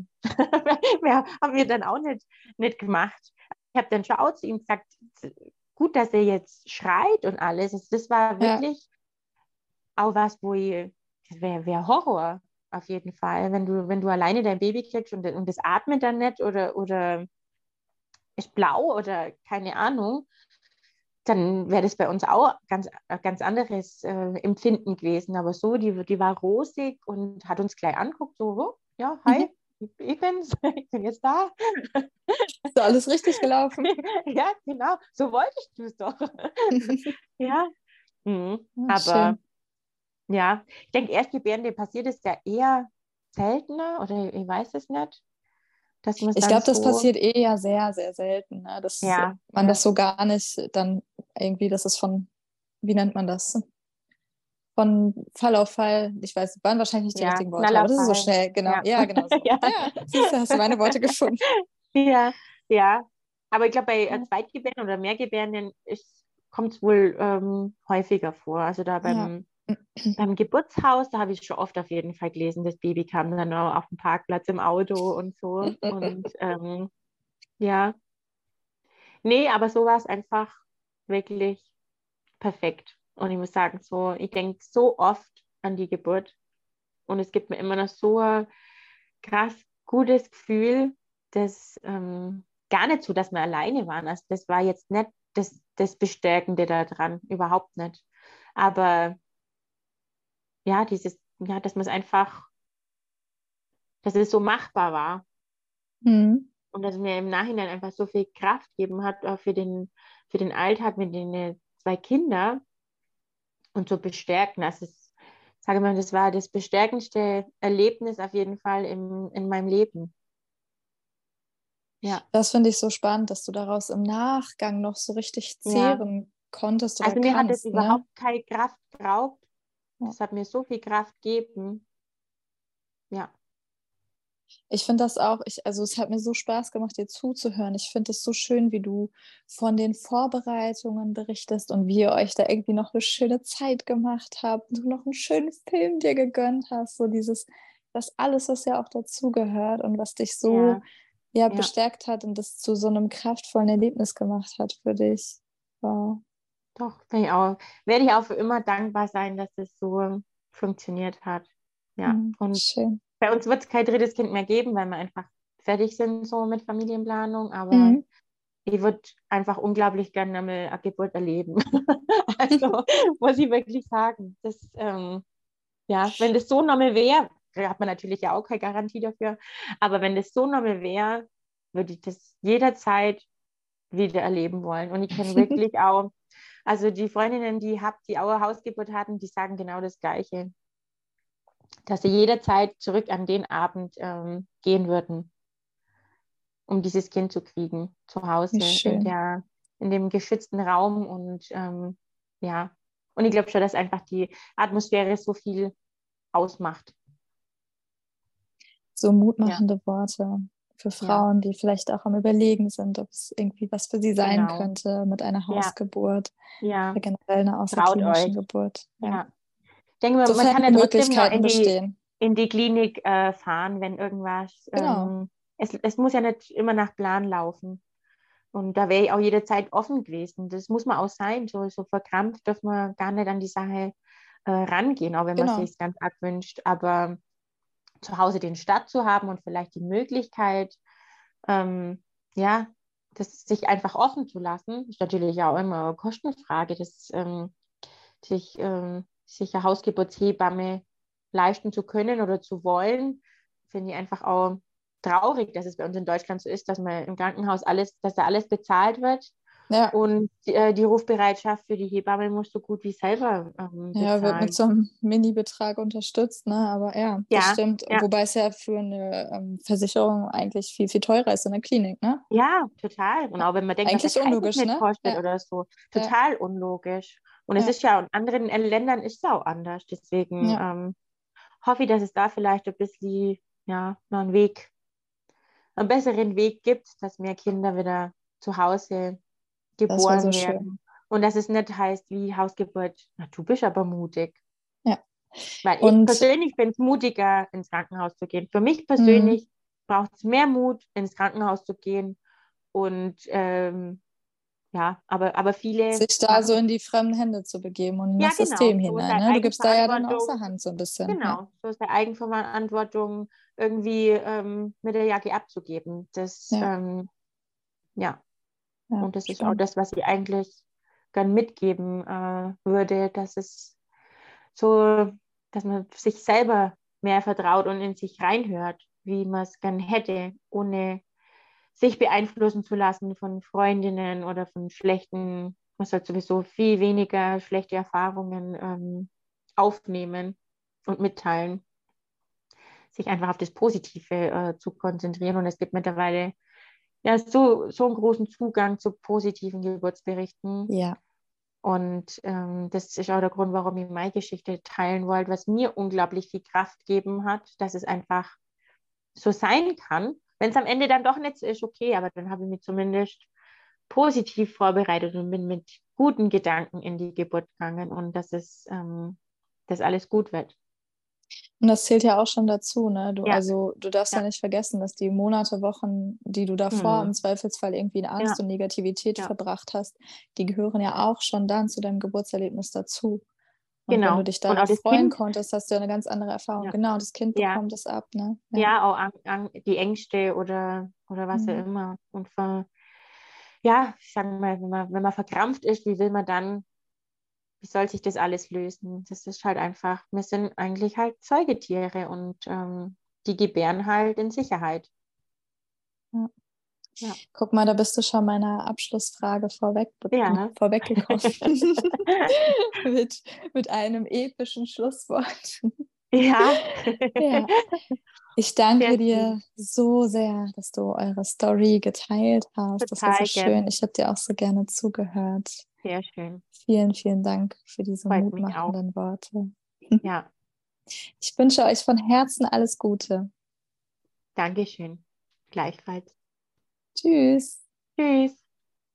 mehr haben wir dann auch nicht gemacht. Ich habe dann schon auch zu ihm gesagt, gut, dass er jetzt schreit und alles. Also das war ja. wirklich auch was, das wär Horror auf jeden Fall, wenn du alleine dein Baby kriegst und das atmet dann nicht oder ist blau oder keine Ahnung, dann wäre das bei uns auch ganz anderes Empfinden gewesen. Aber so, die war rosig und hat uns gleich anguckt, so, oh, ja, Mhm. hi, ich bin's, ich bin jetzt da. Ist doch alles richtig gelaufen. Ja, genau, so wolltest du es doch. Ja, aber Schön. ja, ich denke, Erstgebärende passiert es ja eher seltener oder ich weiß es nicht, dass man es Ich dann glaube, das so, passiert eh ja sehr, sehr selten, ne? Dass ja, man ja, das so gar nicht dann irgendwie, das ist von, wie nennt man das? Von Fall auf Fall, ich weiß, waren wahrscheinlich nicht die ja, richtigen Worte, aber das ist so Knallerfall, schnell, genau, ja, ja, genau so. ja, Ja, siehst du, hast du meine Worte gefunden. ja, ja. Aber ich glaube, bei Ja, Zweitgebärenden oder Mehrgebärenden kommt es wohl häufiger vor. Also da ja. beim Geburtshaus, da habe ich schon oft auf jeden Fall gelesen, das Baby kam dann auch auf dem Parkplatz im Auto und so. Und ja, nee, aber so war es einfach wirklich perfekt. Und ich muss sagen, so, ich denke so oft an die Geburt und es gibt mir immer noch so ein krass gutes Gefühl, dass gar nicht so, dass wir alleine waren. Also das war jetzt nicht das Bestärkende daran, überhaupt nicht. Aber ja, dass man es einfach, dass es so machbar war Mhm. und dass es mir im Nachhinein einfach so viel Kraft gegeben hat, auch für den Alltag mit den zwei Kindern und so bestärken. Also sage mal, das war das bestärkendste Erlebnis auf jeden Fall in meinem Leben. Ja, Das finde ich so spannend, dass du daraus im Nachgang noch so richtig ja. zehren konntest oder Also mir hat es kannst, ne? überhaupt keine Kraft geraubt. Ja. Das hat mir so viel Kraft gegeben. Ja, Ich finde das auch, also es hat mir so Spaß gemacht, dir zuzuhören. Ich finde es so schön, wie du von den Vorbereitungen berichtest und wie ihr euch da irgendwie noch eine schöne Zeit gemacht habt und du noch einen schönen Film dir gegönnt hast. So dieses, das alles, was ja auch dazugehört und was dich so ja, ja, ja. bestärkt hat und das zu so einem kraftvollen Erlebnis gemacht hat für dich. Wow. Doch, werde ich auch für immer dankbar sein, dass es so funktioniert hat. Ja, Mhm. und Schön. bei uns wird es kein drittes Kind mehr geben, weil wir einfach fertig sind so mit Familienplanung. Aber Mhm. ich würde einfach unglaublich gerne einmal eine Geburt erleben. Also muss ich wirklich sagen. Ja, wenn das so nochmal wäre, da hat man natürlich ja auch keine Garantie dafür, aber wenn das so nochmal wäre, würde ich das jederzeit wieder erleben wollen. Und ich kenne wirklich auch, also die Freundinnen, die ich habe, die auch eine Hausgeburt hatten, die sagen genau das Gleiche, dass sie jederzeit zurück an den Abend gehen würden, um dieses Kind zu kriegen, zu Wie Hause, schön. in dem geschützten Raum. Und ja, und ich glaube schon, dass einfach die Atmosphäre so viel ausmacht. So Ja, mutmachende Worte für ja, Frauen, die vielleicht auch am Überlegen sind, ob es irgendwie was für sie sein genau. könnte mit einer Ja, Hausgeburt ja, oder generell einer traut euch. außerklinischen Geburt. Ja. Ja. Ich denke, man Sofern kann ja die trotzdem noch Möglichkeiten bestehen. in die Klinik fahren, wenn irgendwas. Genau. Es muss ja nicht immer nach Plan laufen. Und da wäre ich auch jederzeit offen gewesen. Das muss man auch sein. So verkrampft darf man gar nicht an die Sache rangehen, auch wenn man Genau. sich ganz arg wünscht. Aber zu Hause den Start zu haben und vielleicht die Möglichkeit, ja, das sich einfach offen zu lassen, ist natürlich auch immer eine Kostenfrage, sich eine Hausgeburtshebamme leisten zu können oder zu wollen, finde ich einfach auch traurig, dass es bei uns in Deutschland so ist, dass man im Krankenhaus dass da alles bezahlt wird Ja. und die Rufbereitschaft für die Hebamme muss so gut wie selber Ja, wird mit bezahlen. so einem Mini-Betrag unterstützt, ne? Aber ja, das Ja, stimmt. ja, Wobei es ja für eine Versicherung eigentlich viel, viel teurer ist in der Klinik, ne? ja, total. Und auch wenn man denkt, was der Eigentlich unlogisch, Kaiserschnitt ne? kostet Ja, oder so, ja, total unlogisch. Und es ja, ist ja in anderen Ländern ist es auch anders. Deswegen ja. hoffe ich, dass es da vielleicht ein bisschen, ja, noch einen besseren Weg gibt, dass mehr Kinder wieder zu Hause Das wäre so geboren schön. werden. Und dass es nicht heißt wie Hausgeburt, na, du bist aber mutig. Ja. Weil ich Und persönlich finde es mutiger, ins Krankenhaus zu gehen. Für mich mh, persönlich braucht es mehr Mut, ins Krankenhaus zu gehen. Und ja, aber viele sich da so machen, in die fremden Hände zu begeben und in ja das genau, System so ist hinein, halt ne? Du gibst da ja dann außer Eigenverantwortung. Hand so ein bisschen, ja. Genau, so ist der Eigenverantwortung irgendwie mit der Jacke abzugeben. Ja, Ja, ja, und das ist auch stimmt. das, was ich eigentlich gern mitgeben würde, dass es so, dass man sich selber mehr vertraut und in sich reinhört, wie man es gern hätte, ohne sich beeinflussen zu lassen von Freundinnen oder von man sollte sowieso viel weniger schlechte Erfahrungen aufnehmen und mitteilen, sich einfach auf das Positive zu konzentrieren. Und es gibt mittlerweile ja so einen großen Zugang zu positiven Geburtsberichten. Ja, Und das ist auch der Grund, warum ich meine Geschichte teilen wollte, was mir unglaublich viel Kraft gegeben hat, dass es einfach so sein kann. Wenn es am Ende dann doch nicht so ist, okay, aber dann habe ich mich zumindest positiv vorbereitet und bin mit guten Gedanken in die Geburt gegangen und dass alles gut wird. und das zählt ja auch schon dazu, ne? Ja, Du darfst ja ja, nicht vergessen, dass die Monate, Wochen, die du davor hm, im Zweifelsfall irgendwie in Angst ja, und Negativität ja, verbracht hast, die gehören ja auch schon dann zu deinem Geburtserlebnis dazu. Und wenn du genau. dich Und auch darauf das freuen Kind, konntest, hast du ja eine ganz andere Erfahrung. ja, Genau, das Kind ja, bekommt es ab, ne? Ja. ja, auch die Ängste oder was auch Mhm. immer. Und ja, ich sage mal, wenn man verkrampft ist, wie soll sich das alles lösen? Das ist halt einfach, wir sind eigentlich halt Säugetiere und die gebären halt in Sicherheit. Ja. Ja. Guck mal, da bist du schon meiner Abschlussfrage Ja. vorweggekommen. mit, mit einem epischen Schlusswort. Ja. Ja, ich Sehr danke schön. dir so sehr, dass du eure Story geteilt hast. Das war so Total schön. gern. Ich habe dir auch so gerne zugehört. Sehr schön. Vielen, vielen Dank für diese Freut mich auch. mutmachenden Worte. Ja. Ich wünsche euch von Herzen alles Gute. Dankeschön. Gleichfalls. Tschüss. Tschüss.